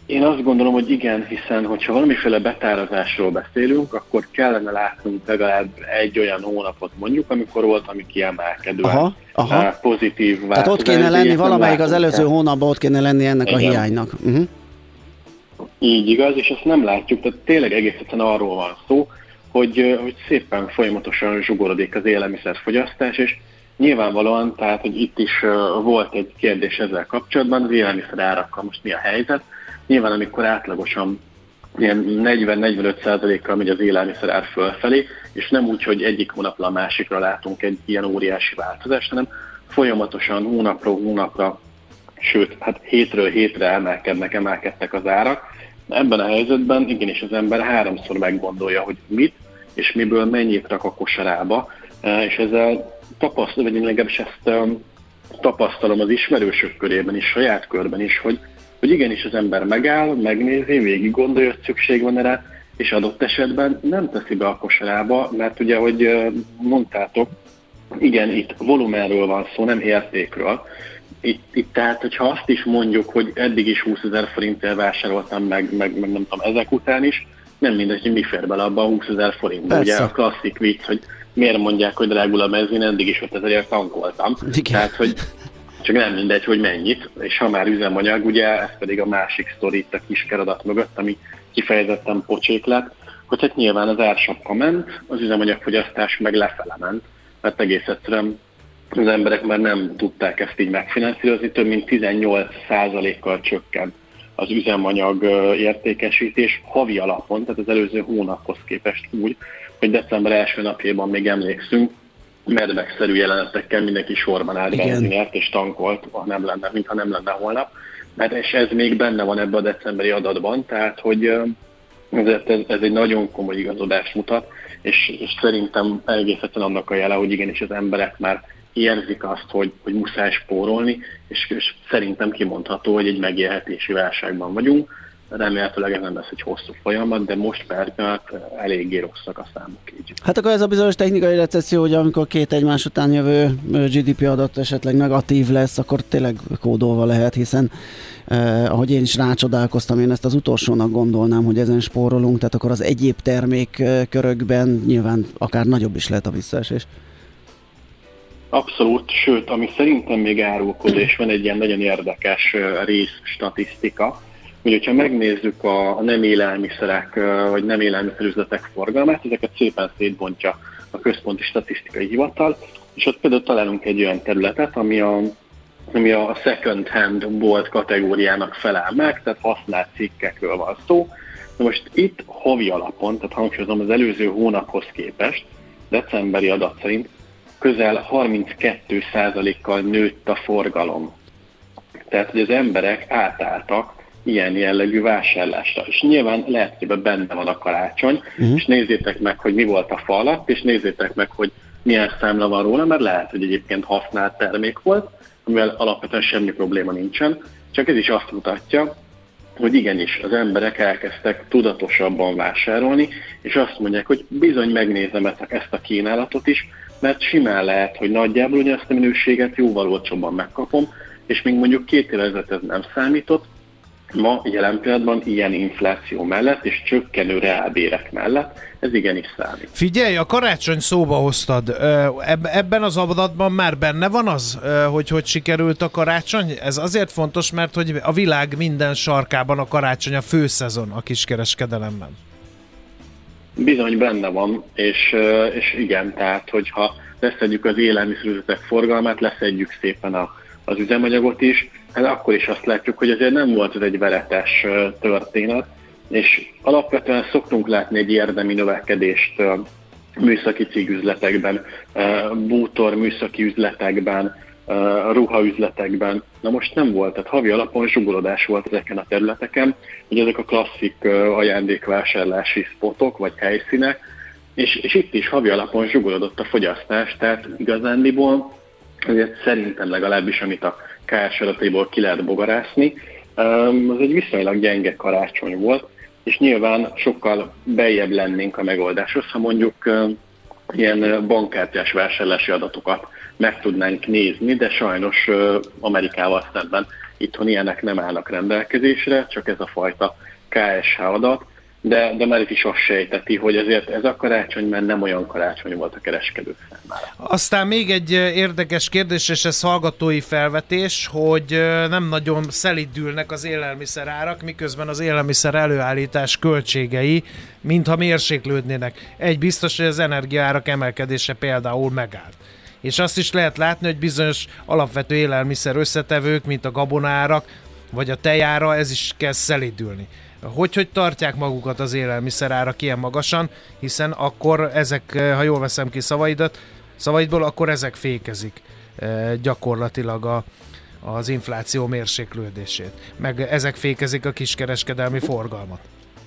Én azt gondolom, hogy igen, hiszen hogyha valamiféle betárazásról beszélünk, akkor kellene látnunk legalább egy olyan hónapot mondjuk, amikor volt, ami kiemelkedően pozitív változás. Tehát ott kéne lenni valamelyik az előző hónapban, ott kéne lenni ennek a hiánynak. Így igaz, és ezt nem látjuk, tehát tényleg egészen arról van szó, hogy szépen folyamatosan zsugorodik az élelmiszerfogyasztás, és nyilvánvalóan, tehát, hogy itt is volt egy kérdés ezzel kapcsolatban, az élelmiszer árakkal most mi a helyzet. Nyilván, amikor átlagosan ilyen 40-45%-kal megy az élelmiszer ár fölfelé, és nem úgy, hogy egyik hónapra a másikra látunk egy ilyen óriási változást, hanem folyamatosan hónapról hónapra, sőt, hát hétről hétre emelkedtek az árak. Ebben a helyzetben igenis az ember háromszor meggondolja, hogy mit és miből mennyit rak a kosarába, és ezzel tapasztalom, vagy én legalábbis ezt tapasztalom az ismerősök körében is, saját körben is, hogy igenis az ember megáll, megnézi, végig gondolja, hogy szükség van erre, és adott esetben nem teszi be a kosarába, mert ugye, hogy mondtátok, igen, itt volumenről van szó, nem értékről. Itt tehát, hogyha azt is mondjuk, hogy eddig is 20 000 forintért vásároltam, meg nem tudom, ezek után is, nem mindegy, hogy mi fér bele abban a 20 000 forintba. Ugye a klasszik vicc, hogy miért mondják, hogy drágul a benzin, eddig is 5 000-ért tankoltam. Tehát, hogy csak nem mindegy, hogy mennyit, és ha már üzemanyag, ugye ez pedig a másik sztori itt a kiskeradat mögött, ami kifejezetten pocsék lett, hogy hát nyilván az ársapka ment, az üzemanyagfogyasztás meg lefele ment, mert egész egyszerűen az emberek már nem tudták ezt így megfinanszírozni, több mint 18%-kal csökkent az üzemanyag értékesítés havi alapon, tehát az előző hónaphoz képest úgy, hogy december első napjában még emlékszünk, medvegszerű jelenetekkel mindenki sorban állt benzinért és tankolt, mintha nem lenne holnap. És ez még benne van ebben a decemberi adatban, tehát hogy ez egy nagyon komoly igazodást mutat, és szerintem egészen annak a jele, hogy igenis az emberek már érzik azt, hogy muszáj spórolni, és szerintem kimondható, hogy egy megélhetési válságban vagyunk. Remélhetőleg ez nem lesz egy hosszú folyamat, de most per pillanat eléggé rosszak a számok így. Hát akkor ez a bizonyos technikai recesszió, hogy amikor két egymás után jövő GDP adat esetleg negatív lesz, akkor tényleg kódolva lehet, hiszen ahogy én is rácsodálkoztam, én ezt az utolsónak gondolnám, hogy ezen spórolunk, tehát akkor az egyéb termékkörökben nyilván akár nagyobb is lehet a visszaesés. Abszolút, sőt, ami szerintem még árulkodó, és van egy ilyen nagyon érdekes részstatisztika, hogy hogyha megnézzük a nem élelmiszerek, vagy nem élelmiszerüzletek forgalmát, ezeket szépen szétbontja a Központi Statisztikai Hivatal, és ott például találunk egy olyan területet, ami a second hand bolt kategóriának felel meg, tehát használt cikkekről van szó. De most itt havi alapon, tehát hangsúlyozom az előző hónaphoz képest, decemberi adat szerint közel 32%-kal nőtt a forgalom. Tehát, hogy az emberek átálltak ilyen jellegű vásárlásra. És nyilván lehet, hogy benne van a karácsony, és nézzétek meg, hogy mi volt a fa alatt, és nézzétek meg, hogy milyen számla van róla, mert lehet, hogy egyébként használt termék volt, amivel alapvetően semmi probléma nincsen, csak ez is azt mutatja, hogy igenis az emberek elkezdtek tudatosabban vásárolni, és azt mondják, hogy bizony megnézem ezt a kínálatot is, mert simán lehet, hogy nagyjából ugyanezt a minőséget jóval olcsóbban megkapom, és még mondjuk 2 évvel ezelőtt ez nem számított, ma jelen pillanatban ilyen infláció mellett és csökkenő reálbérek mellett ez igenis számít. Figyelj, a karácsony szóba hoztad. Ebben az adatban már benne van az, hogy sikerült a karácsony? Ez azért fontos, mert hogy a világ minden sarkában a karácsony a főszezon a kiskereskedelemben. Bizony benne van, és igen, tehát hogyha leszedjük az élelmiszerüzletek forgalmát, leszedjük szépen az üzemanyagot is, hát akkor is azt látjuk, hogy azért nem volt ez egy veretes történet, és alapvetően szoktunk látni egy érdemi növekedést műszaki cégüzletekben, bútor műszaki üzletekben, ruhaüzletekben. Na most nem volt, tehát havi alapon zsugorodás volt ezeken a területeken, hogy ezek a klasszik ajándékvásárlási spotok vagy helyszínek, és itt is havi alapon zsugorodott a fogyasztás, tehát igazándiból azért szerintem legalábbis, amit a KS adataiból ki lehet bogarászni, az egy viszonylag gyenge karácsony volt, és nyilván sokkal beljebb lennénk a megoldáshoz, ha mondjuk ilyen bankkártyás vásárlási adatokat meg tudnánk nézni, de sajnos Amerikával szemben itthon ilyenek nem állnak rendelkezésre, csak ez a fajta KSH adat, de már itt is azt sejteti, hogy ezért ez a karácsony már nem olyan karácsony volt a kereskedők számára. Aztán még egy érdekes kérdés, és ez hallgatói felvetés, hogy nem nagyon szelídülnek az élelmiszerárak, miközben az élelmiszer előállítás költségei mintha mérséklődnének. Egy biztos, hogy az energiaárak emelkedése például megállt. És azt is lehet látni, hogy bizonyos alapvető élelmiszer összetevők, mint a gabonárak, vagy a tejára, ez is kezd szelídülni. Hogy tartják magukat az élelmiszerárak ilyen magasan, hiszen akkor ezek, ha jól veszem ki szavaidból, akkor ezek fékezik gyakorlatilag az infláció mérséklődését. Meg ezek fékezik a kiskereskedelmi forgalmat.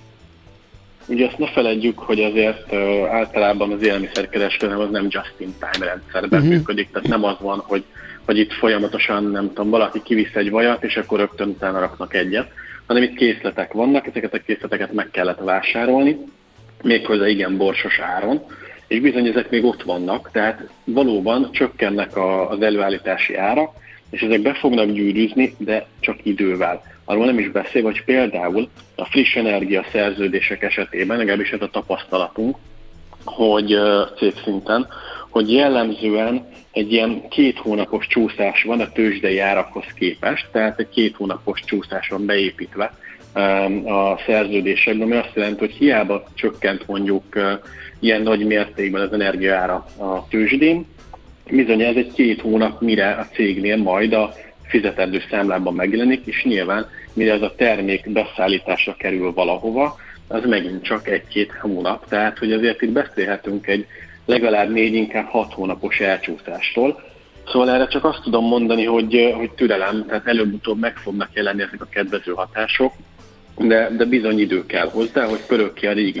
Ugye azt ne feledjük, hogy azért általában az élelmiszerkereskedelem az nem just-in-time rendszerben működik, tehát nem az van, hogy itt folyamatosan, nem tudom, valaki kivisz egy vajat, és akkor rögtön utána raknak egyet, hanem itt készletek vannak, ezeket a készleteket meg kellett vásárolni, méghozzá igen borsos áron, és bizony ezek még ott vannak, tehát valóban csökkennek az előállítási árak, és ezek be fognak gyűrűzni, de csak idővel. Arról nem is beszél, hogy például a friss energia szerződések esetében, legalábbis ez a tapasztalatunk, hogy cégszinten, hogy jellemzően egy ilyen 2 hónapos csúszás van a tőzsdei árakhoz képest, tehát egy 2 hónapos csúszás van beépítve a szerződésekben, ami azt jelenti, hogy hiába csökkent mondjuk ilyen nagy mértékben az energiaára a tőzsdén, bizony ez egy 2 hónap, mire a cégnél majd a fizetendő számlában megjelenik, és nyilván mire ez a termék beszállításra kerül valahova, az megint csak 1-2 hónap, tehát hogy azért itt beszélhetünk egy legalább 4, inkább 6 hónapos elcsúszástól. Szóval erre csak azt tudom mondani, hogy türelem, tehát előbb-utóbb meg fognak jelenni ezek a kedvező hatások, de bizony idő kell hozzá, hogy pörög ki a régi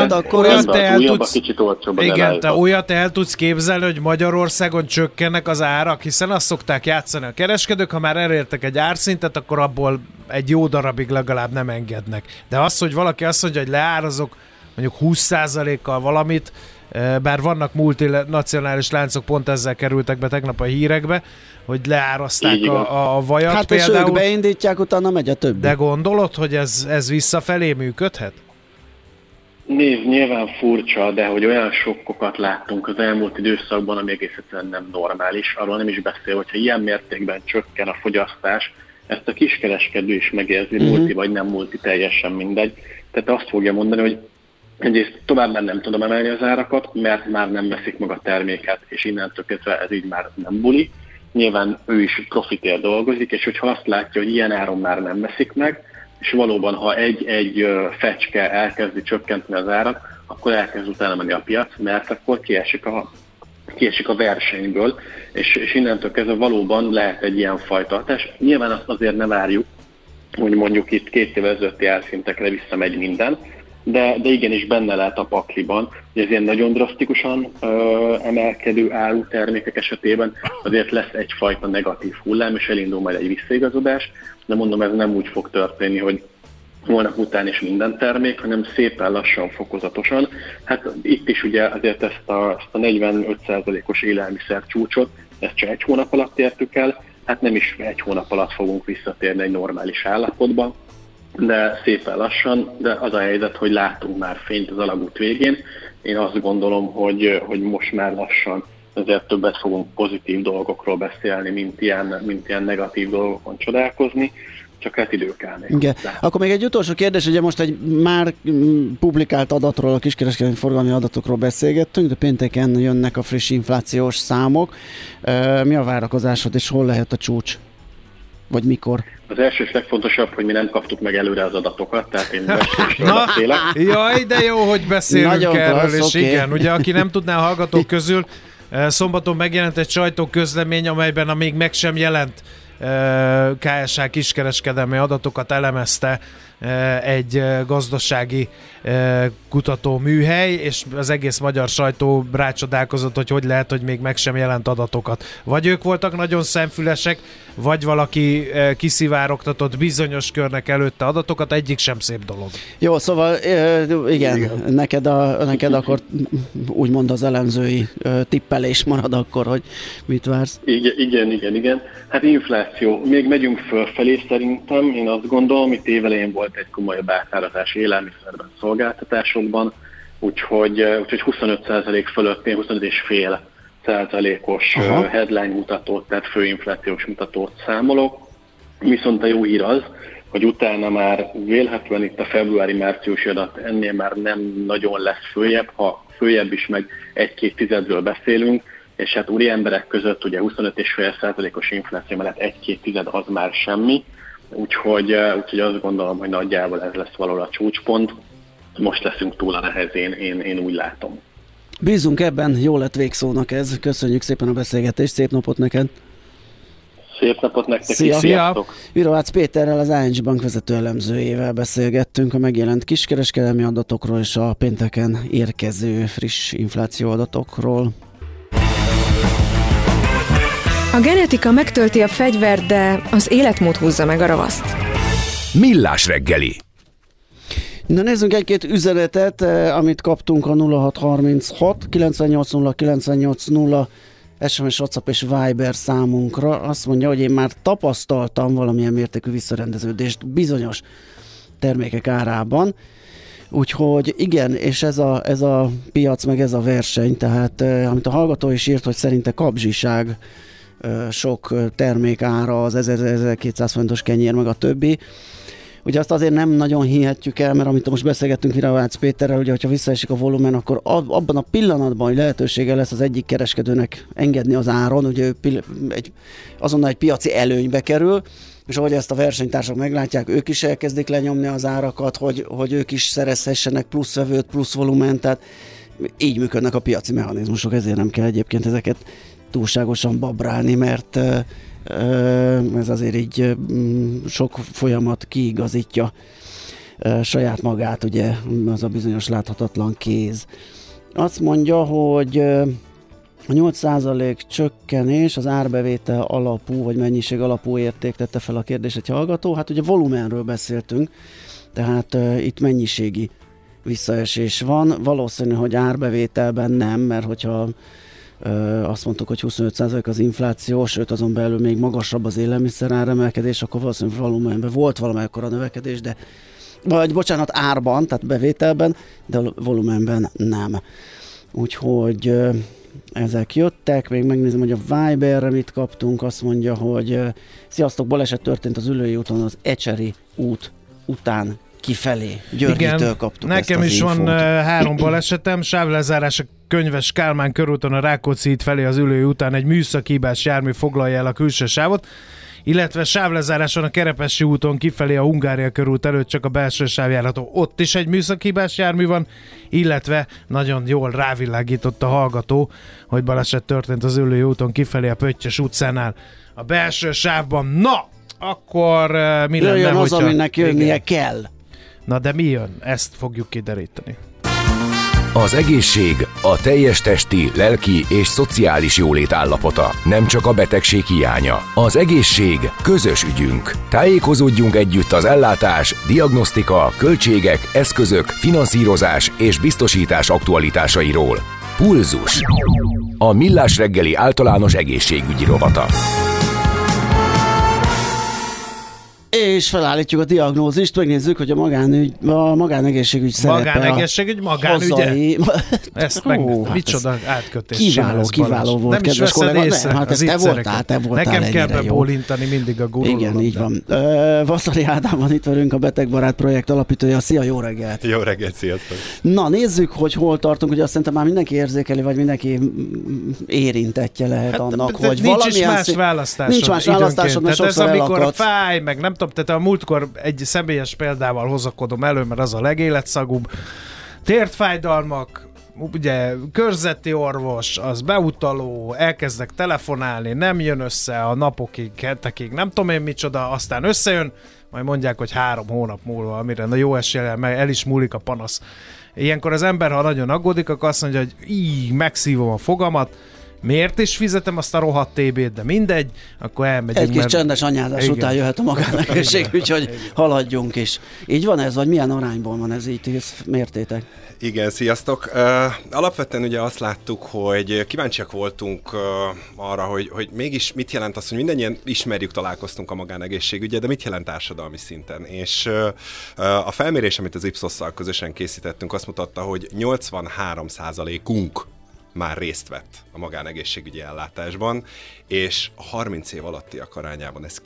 olyat el tudsz képzelni, hogy Magyarországon csökkennek az árak, hiszen azt szokták játszani a kereskedők, ha már elértek egy árszintet, akkor abból egy jó darabig legalább nem engednek. De az, hogy valaki azt mondja, hogy leárazok mondjuk 20%-kal valamit, bár vannak multinacionális láncok, pont ezzel kerültek be tegnap a hírekbe, hogy leáraszták a vajat. Hát például, és ők beindítják, utána megy a többi. De gondolod, hogy ez visszafelé működhet? Nézd, nyilván furcsa, de hogy olyan sokkokat láttunk az elmúlt időszakban, ami egész egyszerűen nem normális. Arról nem is beszél, hogyha ilyen mértékben csökken a fogyasztás, ezt a kiskereskedő is megérzi, multi vagy nem multi, teljesen mindegy. Tehát azt fogja mondani, hogy egyrészt tovább nem tudom emelni az árakat, mert már nem veszik meg a terméket, és innentől kezdve ez így már nem buli. Nyilván ő is profitért dolgozik, és hogyha azt látja, hogy ilyen áron már nem veszik meg, és valóban, ha egy fecske elkezdi csökkenteni az árat, akkor elkezd utána menni a piac, mert akkor kiesik a versenyből, és innentől kezdve valóban lehet egy ilyen fajta hatás. Nyilván azt azért ne várjuk, hogy mondjuk itt 2 évvel ezelőtti árszintekre visszamegy minden, de igenis benne lehet a pakliban, hogy ez ilyen nagyon drasztikusan emelkedő árutermékek esetében azért lesz egyfajta negatív hullám, és elindul majd egy visszaigazodás, de mondom, ez nem úgy fog történni, hogy holnap után is minden termék, hanem szépen lassan, fokozatosan. Hát itt is ugye azért ezt a 45%-os élelmiszer csúcsot, ezt csak 1 hónap alatt értük el, hát nem is 1 hónap alatt fogunk visszatérni egy normális állapotba, de szépen lassan, de az a helyzet, hogy látunk már fényt az alagút végén. Én azt gondolom, hogy most már lassan azért többet fogunk pozitív dolgokról beszélni, mint ilyen negatív dolgokon csodálkozni, csak hát idő kell még. Igen. Akkor még egy utolsó kérdés, ugye most egy már publikált adatról, a kiskereskedelmi forgalmi adatokról beszélgettünk, de pénteken jönnek a friss inflációs számok. Mi a várakozásod, és hol lehet a csúcs? Vagy mikor? Az első és legfontosabb, hogy mi nem kaptuk meg előre az adatokat, tehát én beszélésről beszélek. Jaj, de jó, hogy beszélünk nagyon erről, klassz, és okay. Igen, ugye aki nem tudná a hallgatók közül, szombaton megjelent egy sajtóközlemény, amelyben a még meg sem jelent KSH kiskereskedelmi adatokat elemezte egy gazdasági kutatóműhely, és az egész magyar sajtó rácsodálkozott, hogy lehet, hogy még meg sem jelent adatokat. Vagy ők voltak nagyon szemfülesek, vagy valaki kiszivárogtatott bizonyos körnek előtte adatokat, egyik sem szép dolog. Jó, szóval igen. Neked akkor úgymond az elemzői tippelés marad akkor, hogy mit vársz? Igen. Hát infláció infláció. Még megyünk fölfelé szerintem, én azt gondolom, itt évelején volt egy komolyabb átárazás élelmiszerben, szolgáltatásokban, úgyhogy 25% fölött, 25,5%-os headline mutatót, tehát főinflációs mutatót számolok. Viszont a jó hír az, hogy utána már vélhetően itt a februári-márciusi adat ennél már nem nagyon lesz följebb, ha följebb is meg 1-2 beszélünk, és hát úri emberek között ugye 25,5%-os infláció mellett 1-2 az már semmi, úgyhogy azt gondolom, hogy nagyjából ez lesz valahol a csúcspont. Most leszünk túl a nehezén, én úgy látom. Bízunk ebben, jó lett végszónak ez. Köszönjük szépen a beszélgetést, szép napot neked! Szép napot nektek! Szia! Virovácz Péterrel, az ING Bank vezető elemzőjével beszélgettünk a megjelent kiskereskedelmi adatokról és a pénteken érkező friss inflációadatokról. A genetika megtölti a fegyvert, de az életmód húzza meg a ravaszt. Millás reggeli. Na nézzünk egy-két üzenetet, amit kaptunk a 0636 980 980 SMS, WhatsApp és Viber számunkra. Azt mondja, hogy én már tapasztaltam valamilyen mértékű visszarendeződést bizonyos termékek árában. Úgyhogy igen, és ez a piac, meg ez a verseny, tehát amit a hallgató is írt, hogy szerinte kapzsiság sok termék ára, az 1000-1200 forintos kenyér, meg a többi. Ugye azt azért nem nagyon hihetjük el, mert amit most beszélgettünk Virovácz Péterrel, ugye, hogyha visszaesik a volumen, akkor abban a pillanatban, hogy lehetősége lesz az egyik kereskedőnek engedni az áron, ugye ő azonnal egy piaci előnybe kerül, és ahogy ezt a versenytársak meglátják, ők is elkezdik lenyomni az árakat, hogy ők is szerezhessenek plusz vevőt, plusz volument, tehát így működnek a piaci mechanizmusok, ezért nem kell egyébként ezeket túlságosan babrálni, mert ez azért így sok folyamat kiigazítja saját magát, ugye az a bizonyos láthatatlan kéz. Azt mondja, hogy a 8% csökkenés az árbevétel alapú, vagy mennyiség alapú érték, tette fel a kérdést egy hallgató. Hát ugye volumenről beszéltünk, tehát itt mennyiségi visszaesés van. Valószínű, hogy árbevételben nem, mert hogyha azt mondtuk, hogy 25% az infláció, sőt azon belül még magasabb az élelmiszer áremelkedés, akkor valószínűleg volumenben volt valamelykor a növekedés, árban, tehát bevételben, de volumenben nem. Úgyhogy ezek jöttek, még megnézem, hogy a Viberre mit kaptunk, azt mondja, hogy sziasztok, baleset történt az Üllői úton, az Ecseri út után kifelé. Györgyitől kaptuk. Nekem is van 3 balesetem, sávlezárás a Könyves Kálmán körúton a Rákóczi híd felé az Üllői után egy műszaki hibás jármű foglalja el a külső sávot, illetve sávlezárás van a Kerepesi úton kifelé a Hungária körút előtt csak a belső sávjárható. Ott is egy műszaki hibás jármű van, illetve nagyon jól rávilágított a hallgató, hogy baleset történt az Üllői úton kifelé a Pöttyös utcánál a belső sávban. Na, akkor mi lenne, hogyha... az, aminek jönnie kell. Na de mi jön? Ezt fogjuk kideríteni. Az egészség a teljes testi, lelki és szociális jólét állapota, nem csak a betegség hiánya. Az egészség közös ügyünk. Tájékozódjunk együtt az ellátás, diagnosztika, költségek, eszközök, finanszírozás és biztosítás aktualitásairól. Pulzus. A Millás reggeli általános egészségügyi rovata. És felállítjuk a diagnózist, megnézzük, hogy a magánegészségügy szerepe. Magánügye? Ezt meg micsoda átkötés. Kiváló volt, nem kedves kollega. Hát te voltál nekem kell bebólintani mindig a gurulónak. Igen, így van. Vasszari Ádám van itt velünk, a Betegbarát projekt alapítója. Szia, jó reggelt! Jó reggelt, sziasztok! Na, nézzük, hogy hol tartunk. Ugye azt szerintem már mindenki érzékeli, vagy mindenki érintettje lehet annak, hogy nincs más választásod. Nincs más választásod, mert sokszor elakadsz. Ez amikor fáj, meg nem tudom, tehát a múltkor egy személyes példával hozakodom elő, mert az a legéletszagúbb. Tértfájdalmak, ugye körzeti orvos, az beutaló, elkezdek telefonálni, nem jön össze a napokig, hetekig, nem tudom én micsoda, aztán összejön, majd mondják, hogy 3 hónap múlva, amire na jó eséllyel el is múlik a panasz. Ilyenkor az ember, ha nagyon aggódik, akkor azt mondja, hogy megszívom a fogamat, miért is fizetem azt a rohadt TB-t, de mindegy, akkor elmegyünk. Egy kis csendes anyázás után jöhet a magánegészség, úgyhogy haladjunk is. Így van ez, vagy milyen arányban van ez így, mértétek? Igen, sziasztok! Alapvetően ugye azt láttuk, hogy kíváncsiak voltunk arra, hogy mégis mit jelent az, hogy mindannyian ismerjük, találkoztunk a magánegészségügyet, de mit jelent társadalmi szinten. És a felmérés, amit az Ipsosszal közösen készítettünk, azt mutatta, hogy 83%-unk már részt vett a magánegészségügyi ellátásban, és a 30 év alattiak arányában ez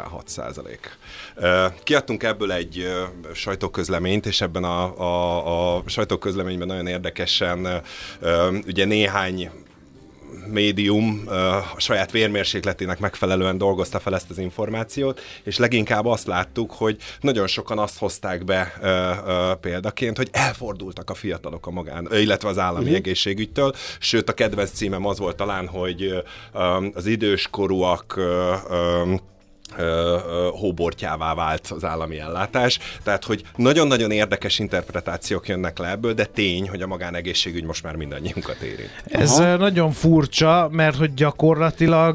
96%. Kiadtunk ebből egy sajtóközleményt, és ebben a sajtóközleményben nagyon érdekesen ugye néhány médium a saját vérmérsékletének megfelelően dolgozta fel ezt az információt, és leginkább azt láttuk, hogy nagyon sokan azt hozták be példaként, hogy elfordultak a fiatalok illetve az állami egészségügytől, sőt a kedvenc címem az volt talán, hogy az időskorúak hóbortjává vált az állami ellátás. Tehát, hogy nagyon-nagyon érdekes interpretációk jönnek le ebből, de tény, hogy a magánegészségügy most már mindannyiunkat érint. Ez nagyon furcsa, mert hogy gyakorlatilag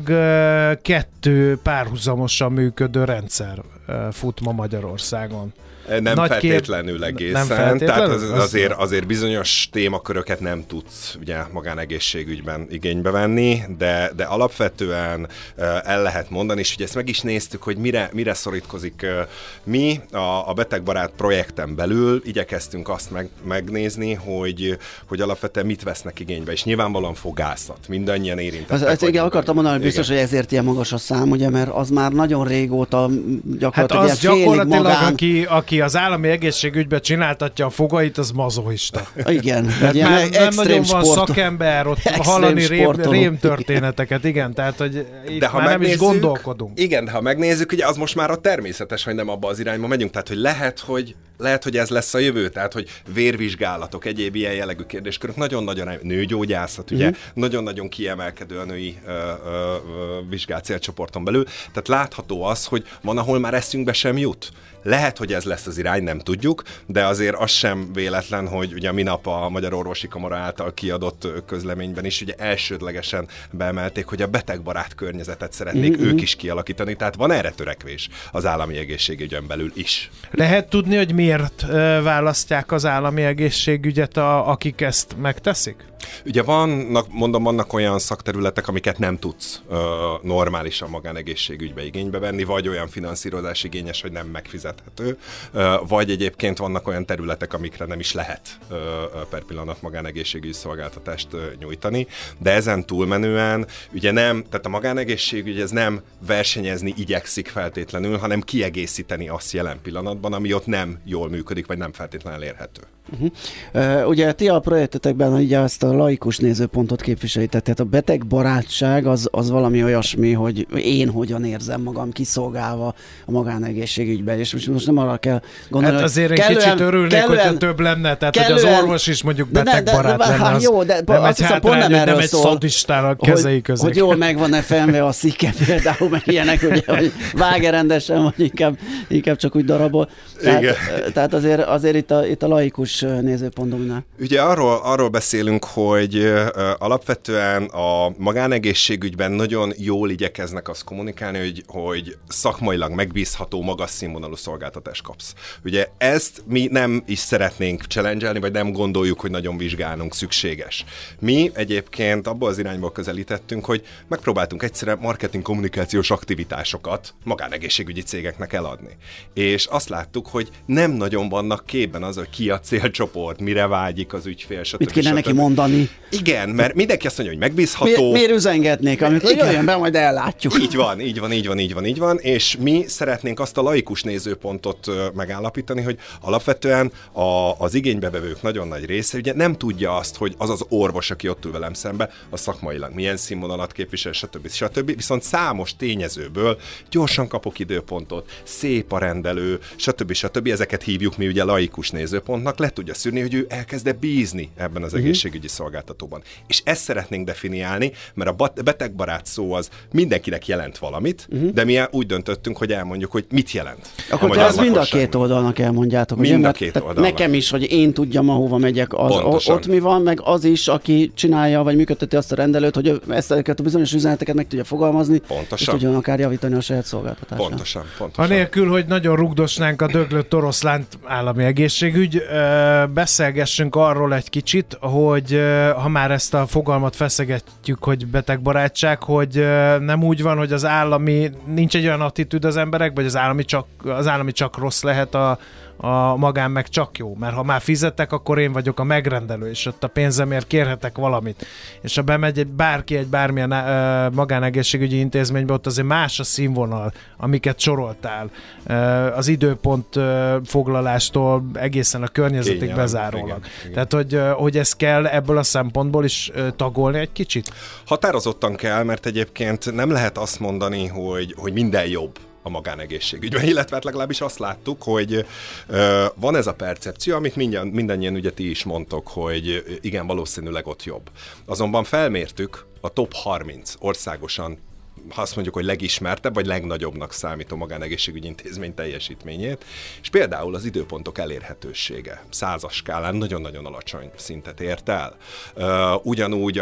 kettő párhuzamosan működő rendszer fut ma Magyarországon. Nem feltétlenül egészen, tehát azért bizonyos témaköröket nem tudsz ugye magánegészségügyben igénybe venni, de alapvetően el lehet mondani, és ugye ezt meg is néztük, hogy mire szorítkozik. Mi a Betegbarát projekten belül igyekeztünk azt megnézni, hogy alapvetően mit vesznek igénybe, és nyilvánvalóan fogászat, mindannyian érintettek. Igen, akartam mondani, hogy biztos, hogy ezért ilyen magas a szám, ugye, mert az már nagyon régóta gyakorlatilag hát az gyakorlatilag, magán... aki az állami egészségügyben csináltatja a fogait, az mazoista. Igen. Nem nagyon van szakember, ott hallani rémtörténeteket, igen, tehát hogy itt de már nem is gondolkodunk. Igen, de ha megnézzük, ugye az most már a természetes, hogy nem abba az irányba megyünk, tehát hogy lehet, hogy ez lesz a jövő, tehát hogy vérvizsgálatok, egyéb ilyen jellegű kérdéskörök, nagyon-nagyon nőgyógyászat, ugye, nagyon-nagyon kiemelkedő a női vizsgált célcsoporton belül, tehát látható az, hogy van, ahol már eszünkbe sem jut. Lehet, hogy ez lesz az irány, nem tudjuk, de azért az sem véletlen, hogy ugye minap a Magyar Orvosi Kamara által kiadott közleményben is ugye elsődlegesen beemelték, hogy a betegbarát környezetet szeretnék ők is kialakítani, tehát van erre törekvés az állami egészségügyen belül is. Lehet tudni, hogy miért választják az állami egészségügyet, akik ezt megteszik? Ugye vannak olyan szakterületek, amiket nem tudsz normálisan magánegészségügybe igénybe venni, vagy olyan finanszírozás igényes, hogy nem megfizethető, vagy egyébként vannak olyan területek, amikre nem is lehet per pillanat magánegészségügyi szolgáltatást nyújtani, de ezen túlmenően ugye tehát a magánegészségügy ez nem versenyezni igyekszik feltétlenül, hanem kiegészíteni azt jelen pillanatban, ami ott nem jól működik, vagy nem feltétlenül elérhető. Ugye ti a projektetekben ugye ezt a laikus nézőpontot képviselitek, tehát a betegbarátság az valami olyasmi, hogy én hogyan érzem magam kiszolgálva a magánegészségügyben, és most nem arra kell gondolni, hát azért egy kicsit örülnék, hogyha több lenne, tehát hogy az orvos is mondjuk betegbarát lenne, az jó, de nem egy hátrány, nem egy szadistának kezei közé. Hogy jól megvan-e fenve a szike például, meg ilyenek, ugye, hogy vág-e rendesen, vagy inkább csak úgy darabol. Tehát azért itt a laikus nézőpont dominál. Ugye arról beszélünk, hogy alapvetően a magánegészségügyben nagyon jól igyekeznek azt kommunikálni, hogy szakmailag megbízható, magas színvonalú szolgáltatást kapsz. Ugye ezt mi nem is szeretnénk challenge-elni, vagy nem gondoljuk, hogy nagyon vizsgálnunk szükséges. Mi egyébként abból az irányból közelítettünk, hogy megpróbáltunk egyszerűen marketing kommunikációs aktivitásokat magánegészségügyi cégeknek eladni. És azt láttuk, hogy nem nagyon vannak képben az, hogy ki a célcsoport, mire vágyik az ügyfél, stb. Mit kéne neki mondani? Igen, mert mindenki azt mondja, hogy megbízható. Miért üzengetnék, amikor jöjjön be, majd ellátjuk. Így van, és mi szeretnénk azt a laikus nézőpontot megállapítani, hogy alapvetően az igénybevevők nagyon nagy része ugye nem tudja azt, hogy az az orvos, aki ott ül velem szembe, a szakmailag milyen színvonalat képvisel, stb. Viszont számos tényezőből gyorsan kapok időpontot, szép a rendelő, stb. Ezeket hívjuk mi ugye laikus nézőpontnak, le tudja szűrni, hogy ő elkezd bízni ebben az egészségügyi szolgáltatóban. És ezt szeretnénk definiálni, mert a betegbarát szó az mindenkinek jelent valamit, de mi úgy döntöttünk, hogy elmondjuk, hogy mit jelent. Akkor te ezt mind a két oldalnak elmondjátok. Mind a két oldalnak. Nekem is, hogy én tudjam, ahova megyek, ott mi van, meg az is, aki csinálja, vagy működteti azt a rendelőt, hogy ezeket a bizonyos üzeneteket meg tudja fogalmazni, és tudjon akár javítani a saját szolgáltatását. Pontosan. Anélkül, hogy nagyon rugdosnánk a döglött oroszlánt állami egészségügy, beszélgessünk arról egy kicsit, hogy ha már ezt a fogalmat feszegetjük, hogy betegbarátság, hogy nem úgy van, hogy az állami, nincs egy olyan attitűd az emberekben, hogy az állami csak rossz lehet, a magán meg csak jó, mert ha már fizettek, akkor én vagyok a megrendelő, és ott a pénzemért kérhetek valamit. És ha bemegy bárki egy bármilyen magánegészségügyi intézménybe, ott azért más a színvonal, amiket soroltál. Az időpont foglalástól egészen a környezetig bezárólag. Igen. Tehát, hogy ez kell ebből a szempontból is tagolni egy kicsit? Határozottan kell, mert egyébként nem lehet azt mondani, hogy minden jobb a magánegészségügyben, illetve hát legalábbis azt láttuk, hogy van ez a percepció, amit mindannyian ugye ti is mondtok, hogy igen, valószínűleg ott jobb. Azonban felmértük a top 30 országosan, ha azt mondjuk, hogy legismertebb, vagy legnagyobbnak számító magánegészségügyi intézmény teljesítményét, és például az időpontok elérhetősége 100-as skálán nagyon-nagyon alacsony szintet ért el. Ugyanúgy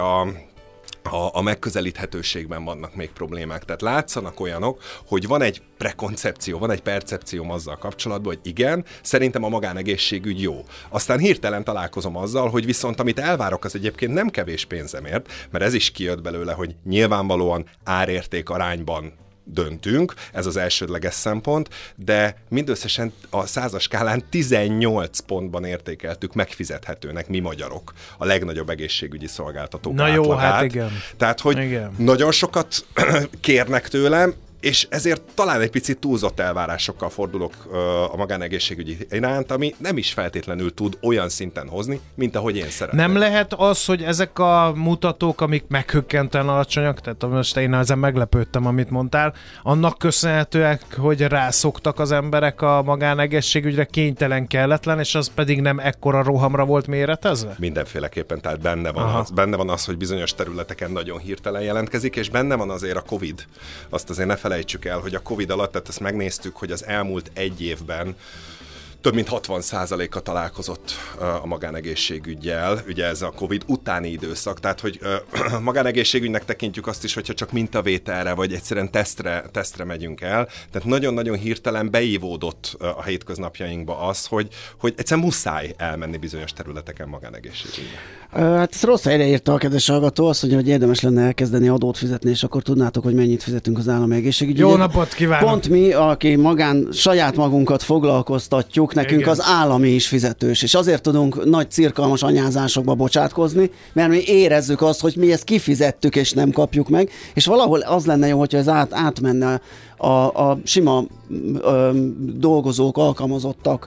a megközelíthetőségben vannak még problémák. Tehát látszanak olyanok, hogy van egy prekoncepció, van egy percepcióm azzal kapcsolatban, hogy igen, szerintem a magánegészségügy jó. Aztán hirtelen találkozom azzal, hogy viszont amit elvárok, az egyébként nem kevés pénzemért, mert ez is kijött belőle, hogy nyilvánvalóan árérték arányban döntünk, ez az elsődleges szempont, de mindösszesen a 100-as skálán 18 pontban értékeltük megfizethetőnek mi magyarok a legnagyobb egészségügyi szolgáltatók átlagát. Jó, hát igen. Tehát, hogy igen. Nagyon sokat kérnek tőlem, és ezért talán egy picit túlzott elvárásokkal fordulok a magánegészségügyi iránt, ami nem is feltétlenül tud olyan szinten hozni, mint ahogy én szeretném. Nem lehet az, hogy ezek a mutatók, amik meghökkentően alacsonyak, tehát most én ezen meglepődtem, amit mondtál, annak köszönhetőek, hogy rászoktak az emberek a magánegészségügyre, kénytelen, kelletlen, és az pedig nem ekkora rohamra volt méretezve? Mindenféleképpen, tehát benne van az, hogy bizonyos területeken nagyon hirtelen jelentkezik, és benne van azért a Covid. Azt azért ne felejtsük el, hogy a Covid alatt, tehát ezt megnéztük, hogy az elmúlt egy évben több mint 60%-a találkozott a magánegészségüggyel, ugye ez a Covid utáni időszak, tehát hogy magánegészségügynek tekintjük azt is, hogyha csak mintavételre, vagy egyszerűen tesztre megyünk el, tehát nagyon-nagyon hirtelen beívódott a hétköznapjainkba az, hogy egyszerűen muszáj elmenni bizonyos területeken magánegészségügybe. Hát ez rossz helyre írta a kedves hallgató, azt mondja, hogy érdemes lenne elkezdeni adót fizetni, és akkor tudnátok, hogy mennyit fizetünk az állami egészségügyre. Jó napot kívánok! Pont mi, aki saját magunkat foglalkoztatjuk, nekünk igen. Az állami is fizetős, és azért tudunk nagy cirkalmas anyázásokba bocsátkozni, mert mi érezzük azt, hogy mi ezt kifizettük, és nem kapjuk meg, és valahol az lenne jó, hogyha ez átmenne a sima dolgozók, alkalmazottaknak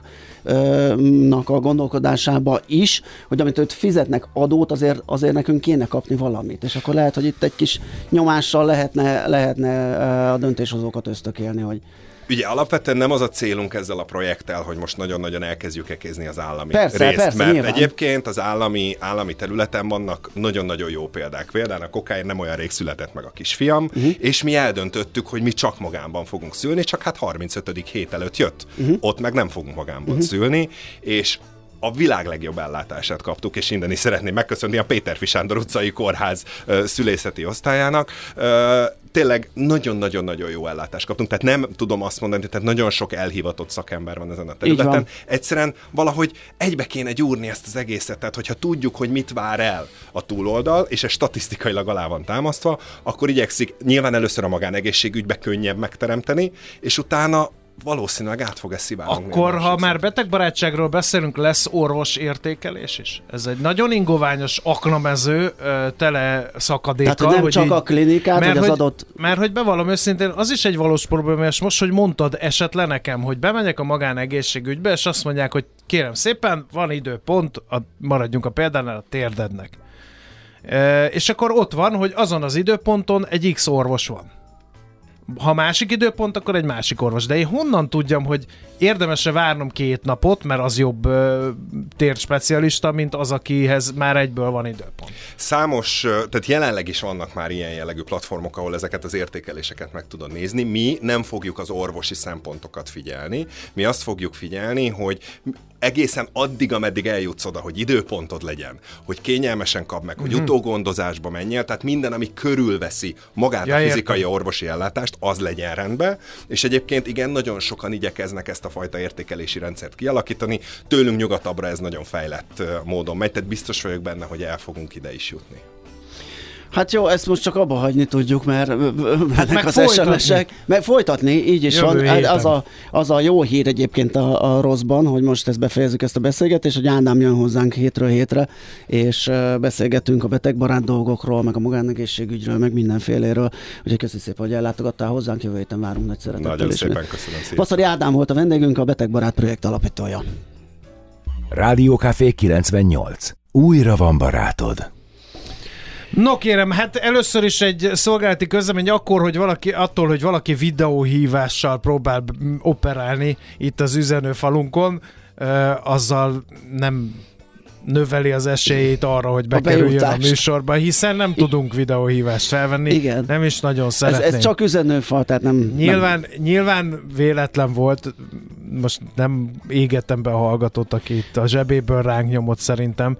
a gondolkodásába is, hogy amit őt fizetnek adót, azért nekünk kéne kapni valamit, és akkor lehet, hogy itt egy kis nyomással lehetne a döntéshozókat ösztökélni, hogy ugye alapvetően nem az a célunk ezzel a projekttel, hogy most nagyon-nagyon elkezdjük ekézni az állami részt, mert nyilván. Egyébként az állami területen vannak nagyon-nagyon jó példák. Például a kokáért nem olyan rég született meg a kisfiam, és mi eldöntöttük, hogy mi csak magánban fogunk szülni, csak hát 35. hét előtt jött. Ott meg nem fogunk magánban szülni, és a világ legjobb ellátását kaptuk, és innen is szeretném megköszönni a Péterfi Sándor utcai kórház szülészeti osztályának. Tényleg nagyon-nagyon-nagyon jó ellátást kaptunk, tehát nem tudom azt mondani, tehát nagyon sok elhivatott szakember van ezen a területen. Egyszerűen valahogy egybe kéne gyúrni ezt az egészet, tehát hogyha tudjuk, hogy mit vár el a túloldal, és ez statisztikailag alá van támasztva, akkor igyekszik nyilván először a magánegészségügybe könnyebb megteremteni, és utána valószínűleg át fog ez szivárogni. Akkor, ha már betegbarátságról beszélünk, lesz orvos értékelés is? Ez egy nagyon ingoványos aknamező, tele szakadékkal. Tehát, hogy nem csak a klinikát, vagy az adott... Mert hogy bevallom őszintén, az is egy valós probléma, és most, hogy mondtad, esett le nekem, hogy bemegyek a magánegészségügybe, és azt mondják, hogy kérem szépen, van időpont, maradjunk a példánál, a térdednek. És akkor ott van, hogy azon az időponton egy X orvos van. Ha másik időpont, akkor egy másik orvos. De én honnan tudjam, hogy érdemes-e várnom 2 napot, mert az jobb térspecialista, mint az, akihez már egyből van időpont. Számos, tehát jelenleg is vannak már ilyen jellegű platformok, ahol ezeket az értékeléseket meg tudod nézni. Mi nem fogjuk az orvosi szempontokat figyelni. Mi azt fogjuk figyelni, hogy egészen addig, ameddig eljutsz oda, hogy időpontod legyen, hogy kényelmesen kap meg, hogy utógondozásba menjél, tehát minden, ami körülveszi magát a fizikai orvosi ellátást, az legyen rendben, és egyébként igen, nagyon sokan igyekeznek ezt a fajta értékelési rendszert kialakítani, tőlünk nyugatabbra ez nagyon fejlett módon megy, tehát biztos vagyok benne, hogy el fogunk ide is jutni. Hát jó, ezt most csak abba hagyni tudjuk, mert ennek az SMS-ek. Meg folytatni, így is jövő van. Az a jó hír egyébként a rosszban, hogy most ezt befejezzük ezt a beszélgetést, hogy Ádám jön hozzánk hétről hétre, és beszélgetünk a betegbarát dolgokról, meg a magánegészségügyről, meg mindenféléről. Úgyhogy köszi szépen, hogy ellátogattál hozzánk, jövő héten várunk nagy szeretettel. Nagyon szépen köszönöm szépen. Passzari Ádám volt a vendégünk, a Betegbarát projekt alapítója. Rádiókafé 98. Újra van barátod. No kérem, hát először is egy szolgálati közlemény attól, hogy valaki videóhívással próbál operálni itt az üzenőfalunkon, azzal nem növeli az esélyét arra, hogy bekerüljön a műsorba, hiszen nem tudunk videóhívást felvenni. Igen. Nem is nagyon szeretném. Ez csak üzenőfal, tehát nem... Nyilván véletlen volt, most nem égettem be a hallgatót, aki itt a zsebéből ránk nyomott szerintem,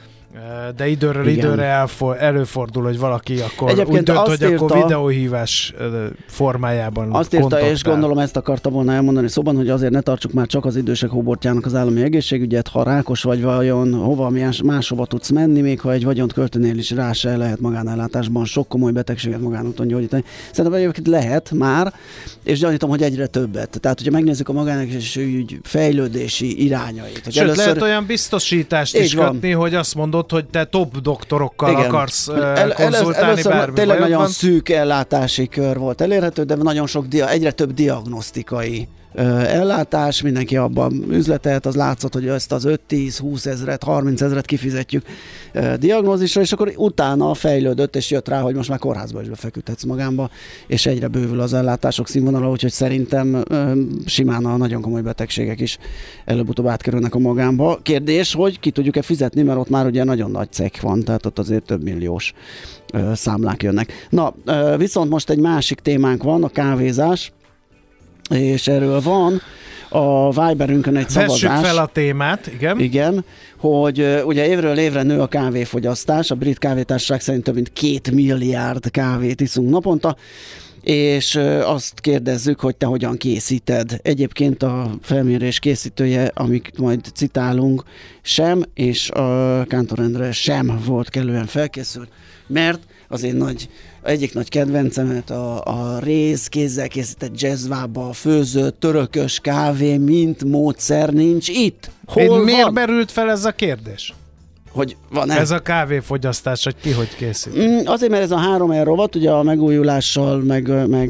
de időről időre előfordul, hogy valaki akkor egyébként úgy dönt, hogy akkor videóhívás formájában azt írta, és gondolom ezt akarta volna elmondani szóban, hogy azért ne tartsuk már csak az idősek hóbortjának az állami egészségügyet, ha rákos vagy vajon, hova máshova tudsz menni, még ha egy vagyont költőnél is rá se lehet magánellátásban sok komoly betegséget magánúton gyógyítani. Szerintem egyébként lehet már, és gyanítom, hogy egyre többet. Tehát, hogyha megnézzük a magánegészségügy fejlődési irányait. Sőt, először... lehet olyan biztosítást is kötni, hogy azt mondod, hogy te top doktorokkal akarsz konzultálni bármi. Tényleg nagyon szűk ellátási kör volt elérhető, de nagyon sok egyre több diagnosztikai ellátás, mindenki abban üzletelt, az látszott, hogy ezt az 5-10-20 ezret, 30 ezret kifizetjük diagnózisra, és akkor utána fejlődött, és jött rá, hogy most már kórházba is befeküdhetsz magába, és egyre bővül az ellátások színvonala, úgyhogy szerintem simán a nagyon komoly betegségek is előbb-utóbb átkerülnek a magánba. Kérdés, hogy ki tudjuk-e fizetni, mert ott már ugye nagyon nagy cég van, tehát ott azért több milliós számlák jönnek. Na, viszont most egy másik témánk van, a kávézás, és erről van a Viberünkön egy szavazás. Vessük fel a témát, igen. Igen, hogy ugye évről évre nő a kávéfogyasztás, a brit kávétársaság szerint több mint 2 milliárd kávét iszunk naponta, és azt kérdezzük, hogy te hogyan készíted. Egyébként a felmérés készítője, amit majd citálunk, sem, és a Kántor Endre sem volt kellően felkészült, mert az én egyik nagy kedvencemet a réz kézzel készített jazzvába főzött törökös kávé, mint módszer nincs itt. Miért merült fel ez a kérdés? Hogy van-e? Ez a kávéfogyasztás, hogy ki hogy készít? Azért, mert ez a 3R rovat, ugye a megújulással, meg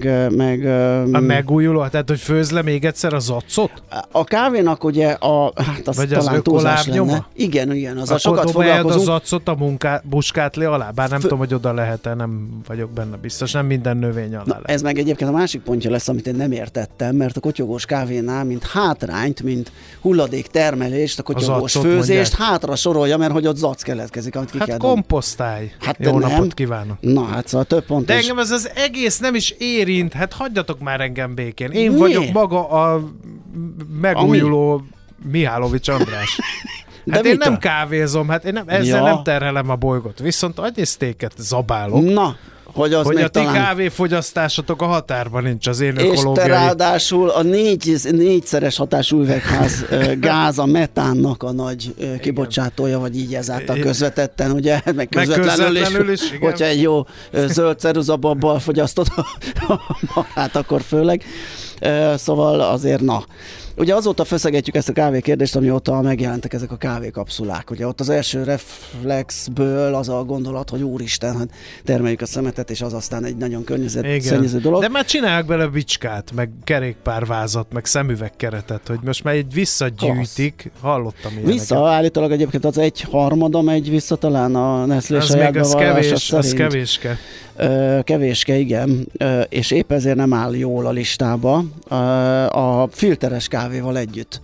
a megújuló? Tehát, hogy főz le még egyszer az acot? A kávénak ugye az vagy talán az túlzás lenne. Igen, az a sokat foglalkozunk. Az acot a buskátli alá? Bár nem tudom, hogy oda lehet-e, nem vagyok benne biztos. Nem minden növény alá lehet. Ez meg egyébként a másik pontja lesz, amit én nem értettem, mert a kotyogós kávénál, mint hátrányt, mint hulladék termelést, a kotyogós főzést hátra sorolja, mert hogy ott zac keletkezik, amit ki kell komposztálj. Jó napot kívánok. Na, hát szóval több pont. De engem ez az egész nem is érint, hát hagyjatok már engem békén. Én vagyok maga a megújuló Mihálovics András. Hát én nem kávézom, hát én ezzel nem terhelem a bolygót. Viszont agyésztéket zabálok. Na, hogy a ti kávéfogyasztásotok a határban nincs az én ökológiai. És te ráadásul a négyszeres hatású üvegház gáz, a metánnak a nagy kibocsátója, vagy így ezáltal közvetetten, ugye? Meg közvetlenül is, hogyha egy jó zöld ceruzababbal fogyasztod hát akkor főleg. Szóval azért Ugye azóta feszegetjük ezt a kávékérdést, amióta megjelentek ezek a kávékapszulák. Ugye ott az első reflexből az a gondolat, hogy úristen, hát termeljük a szemetet, és az aztán egy nagyon környezetszennyező dolog. De már csinálják bele bicskát, meg kerékpárvázat, meg szemüvegkeretet, hogy most már egy visszagyűjtik. Hallottam ilyeneket. Állítólag egyébként az 1/3 megy vissza talán a Nestlé saját bevallásra szerint. Az kevéske. Kevéske, igen, és épp ezért nem áll jól a listába a filteres kávéval együtt.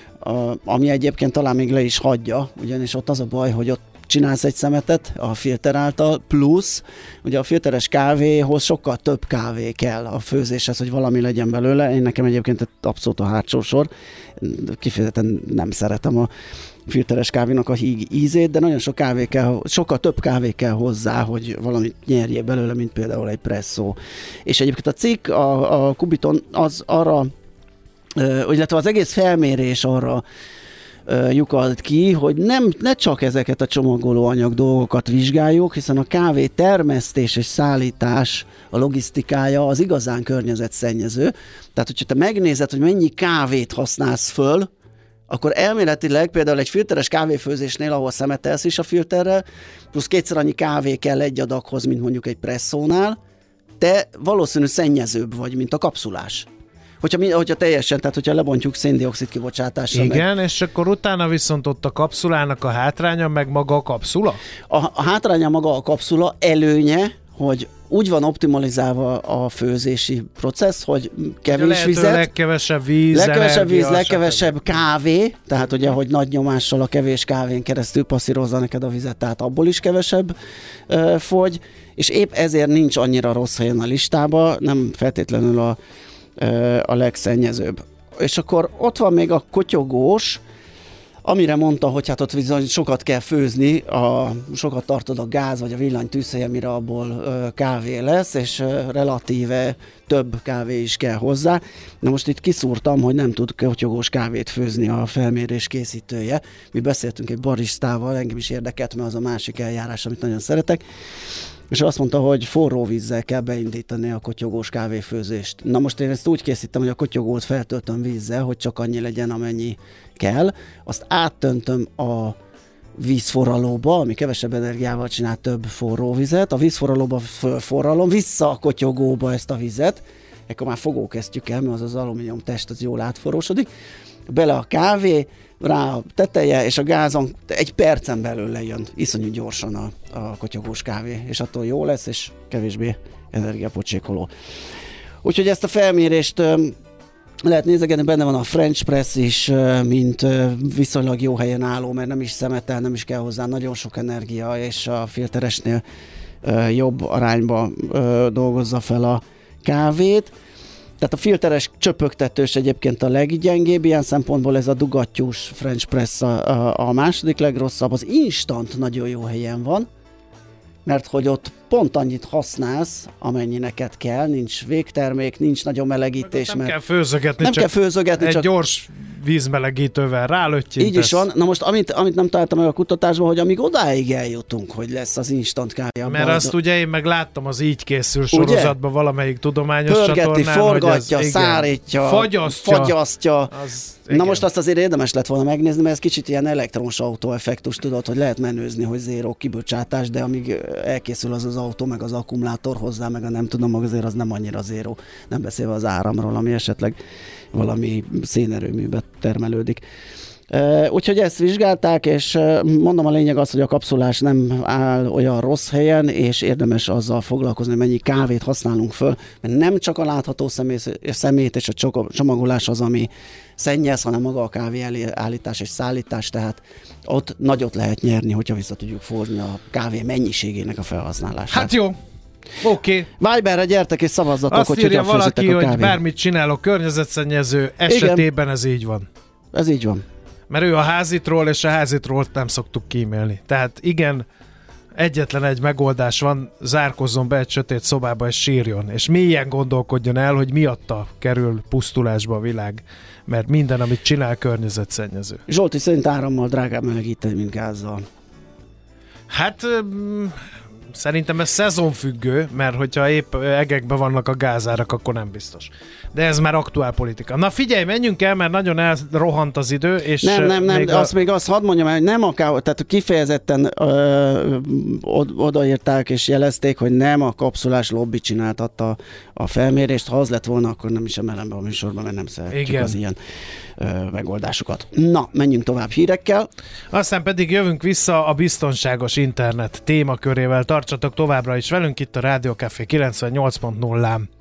Ami egyébként talán még le is hagyja, ugyanis ott az a baj, hogy ott csinálsz egy szemetet a filter által, plusz ugye a filteres kávéhoz sokkal több kávé kell a főzéshez, hogy valami legyen belőle. Én nekem egyébként abszolút a hátsó sor, kifejezetten nem szeretem a filteres kávénak a híg ízét, de nagyon sok kávé kell, sokkal több kávé kell hozzá, hogy valamit nyerje belőle, mint például egy presszó. És egyébként a cikk, a Kubiton az arra, illetve az egész felmérés arra lyukalt ki, hogy ne csak ezeket a csomagolóanyag dolgokat vizsgáljuk, hiszen a kávé termesztés és szállítás, a logisztikája az igazán környezetszennyező. Tehát, hogyha te megnézed, hogy mennyi kávét használsz föl, akkor elméletileg például egy filteres kávéfőzésnél, ahol szemetelsz is a filterrel, plusz 2-szer annyi kávé kell egy adaghoz, mint mondjuk egy presszónál, te valószínű szennyezőbb vagy, mint a kapszulás. Hogyha teljesen, tehát hogyha lebontjuk szén-dioxid kibocsátásra. Igen, és akkor utána viszont ott a kapszulának a hátránya, meg maga a kapszula? A hátránya maga a kapszula, előnye, hogy úgy van optimalizálva a főzési processz, hogy kevés vizet, legkevesebb víz, legkevesebb kávé, tehát ugye, hogy nagy nyomással a kevés kávén keresztül passzírozza neked a vizet, tehát abból is kevesebb fogy, és épp ezért nincs annyira rossz helyen a listában, nem feltétlenül a legszennyezőbb. És akkor ott van még a kotyogós, amire mondta, hogy hát ott bizony sokat kell főzni, sokat tartod a gáz vagy a villany tűzhelye, mire abból kávé lesz, és relatíve több kávé is kell hozzá. Na most itt kiszúrtam, hogy nem tud kotyogós kávét főzni a felmérés készítője. Mi beszéltünk egy baristával, engem is érdekelt, mert az a másik eljárás, amit nagyon szeretek. És azt mondta, hogy forró vízzel kell beindítani a kotyogós kávéfőzést. Na most én ezt úgy készítem, hogy a kotyogót feltöltöm vízzel, hogy csak annyi legyen, amennyi kell. Azt áttöntöm a vízforralóba, ami kevesebb energiával csinál több forró vizet. A vízforralóba fölforralom, vissza a kotyogóba ezt a vizet. Ekkor már fogókesztyűkkel, mert az alumínium test az jól átforrósodik. Bele a kávé, rá a teteje, és a gázon egy percen belül lejön iszonyú gyorsan a kotyogós kávé, és attól jó lesz, és kevésbé energiapocsékoló. Úgyhogy ezt a felmérést lehet nézegetni, benne van a French Press is, mint viszonylag jó helyen álló, mert nem is szemetel, nem is kell hozzá nagyon sok energia, és a filteresnél jobb arányba dolgozza fel a kávét. Tehát a filteres csöpögtetős egyébként a leggyengébb, ilyen szempontból ez a dugattyús French Press a második legrosszabb. Az instant nagyon jó helyen van, mert hogy ott pont annyit használsz, amennyi neked kell, nincs végtermék, nincs nagyon melegítés. Nem kell főzögetni, nem kell főzögetni, egy csak gyors vízmelegítővel rálöttyintesz. Így is van. Na most, amit nem találtam meg a kutatásban, hogy amíg odáig eljutunk, hogy lesz az instant kávé. Mert azt ugye én meg láttam az Így készül sorozatban valamelyik tudományos pörgeti, csatornán, forgatja, szárítja, fagyasztja. Na most azt azért érdemes lett volna megnézni, mert ez kicsit ilyen elektromos autó effektus, tudod, hogy lehet menőzni, hogy zéró kibocsátás, de amíg elkészül az autó, meg az akkumulátor hozzá, meg a nem tudom, azért az nem annyira zéró. Nem beszélve az áramról, ami esetleg valami szénerőműbe termelődik. Úgyhogy ezt vizsgálták, és mondom, a lényeg az, hogy a kapszulás nem áll olyan rossz helyen, és érdemes azzal foglalkozni, hogy mennyi kávét használunk föl, mert nem csak a látható szemét és a csomagolás az, ami szennyez, hanem maga a kávé állítás és szállítás, tehát ott nagyot lehet nyerni, hogyha vissza tudjuk fogni a kávé mennyiségének a felhasználását. Hát jó. Oké. Viberre gyertek és szavazzatok, azt hogy írja hogyan főzitek valaki, a kávét. hogy bármit csinálok környezetszennyező esetében. Igen. Ez így van. Ez így van. Mert ő a házitról, és a házitról nem szoktuk kímélni. Tehát igen, egyetlen egy megoldás van, zárkozzon be egy sötét szobába és sírjon, és mélyen gondolkodjon el, hogy miatta kerül pusztulásba a világ, mert minden, amit csinál, környezetszennyező. Zsolti, szerint árammal drágább melegíteni, mint gázzal. Hát szerintem ez szezonfüggő, mert hogyha épp egekben vannak a gázárak, akkor nem biztos. De ez már aktuál politika. Na figyelj, menjünk el, mert nagyon elrohant az idő, és... Nem, még azt hadd mondjam el, hogy nem tehát kifejezetten odaírták és jelezték, hogy nem a kapszulás lobby csináltatta a felmérést. Ha az lett volna, akkor nem is emelem be a műsorban, mert nem szeretjük az ilyen megoldásokat. Na, menjünk tovább hírekkel. Aztán pedig jövünk vissza a biztonságos internet témakörével. tartsatok továbbra is velünk itt a Rádió Café 98.0-án.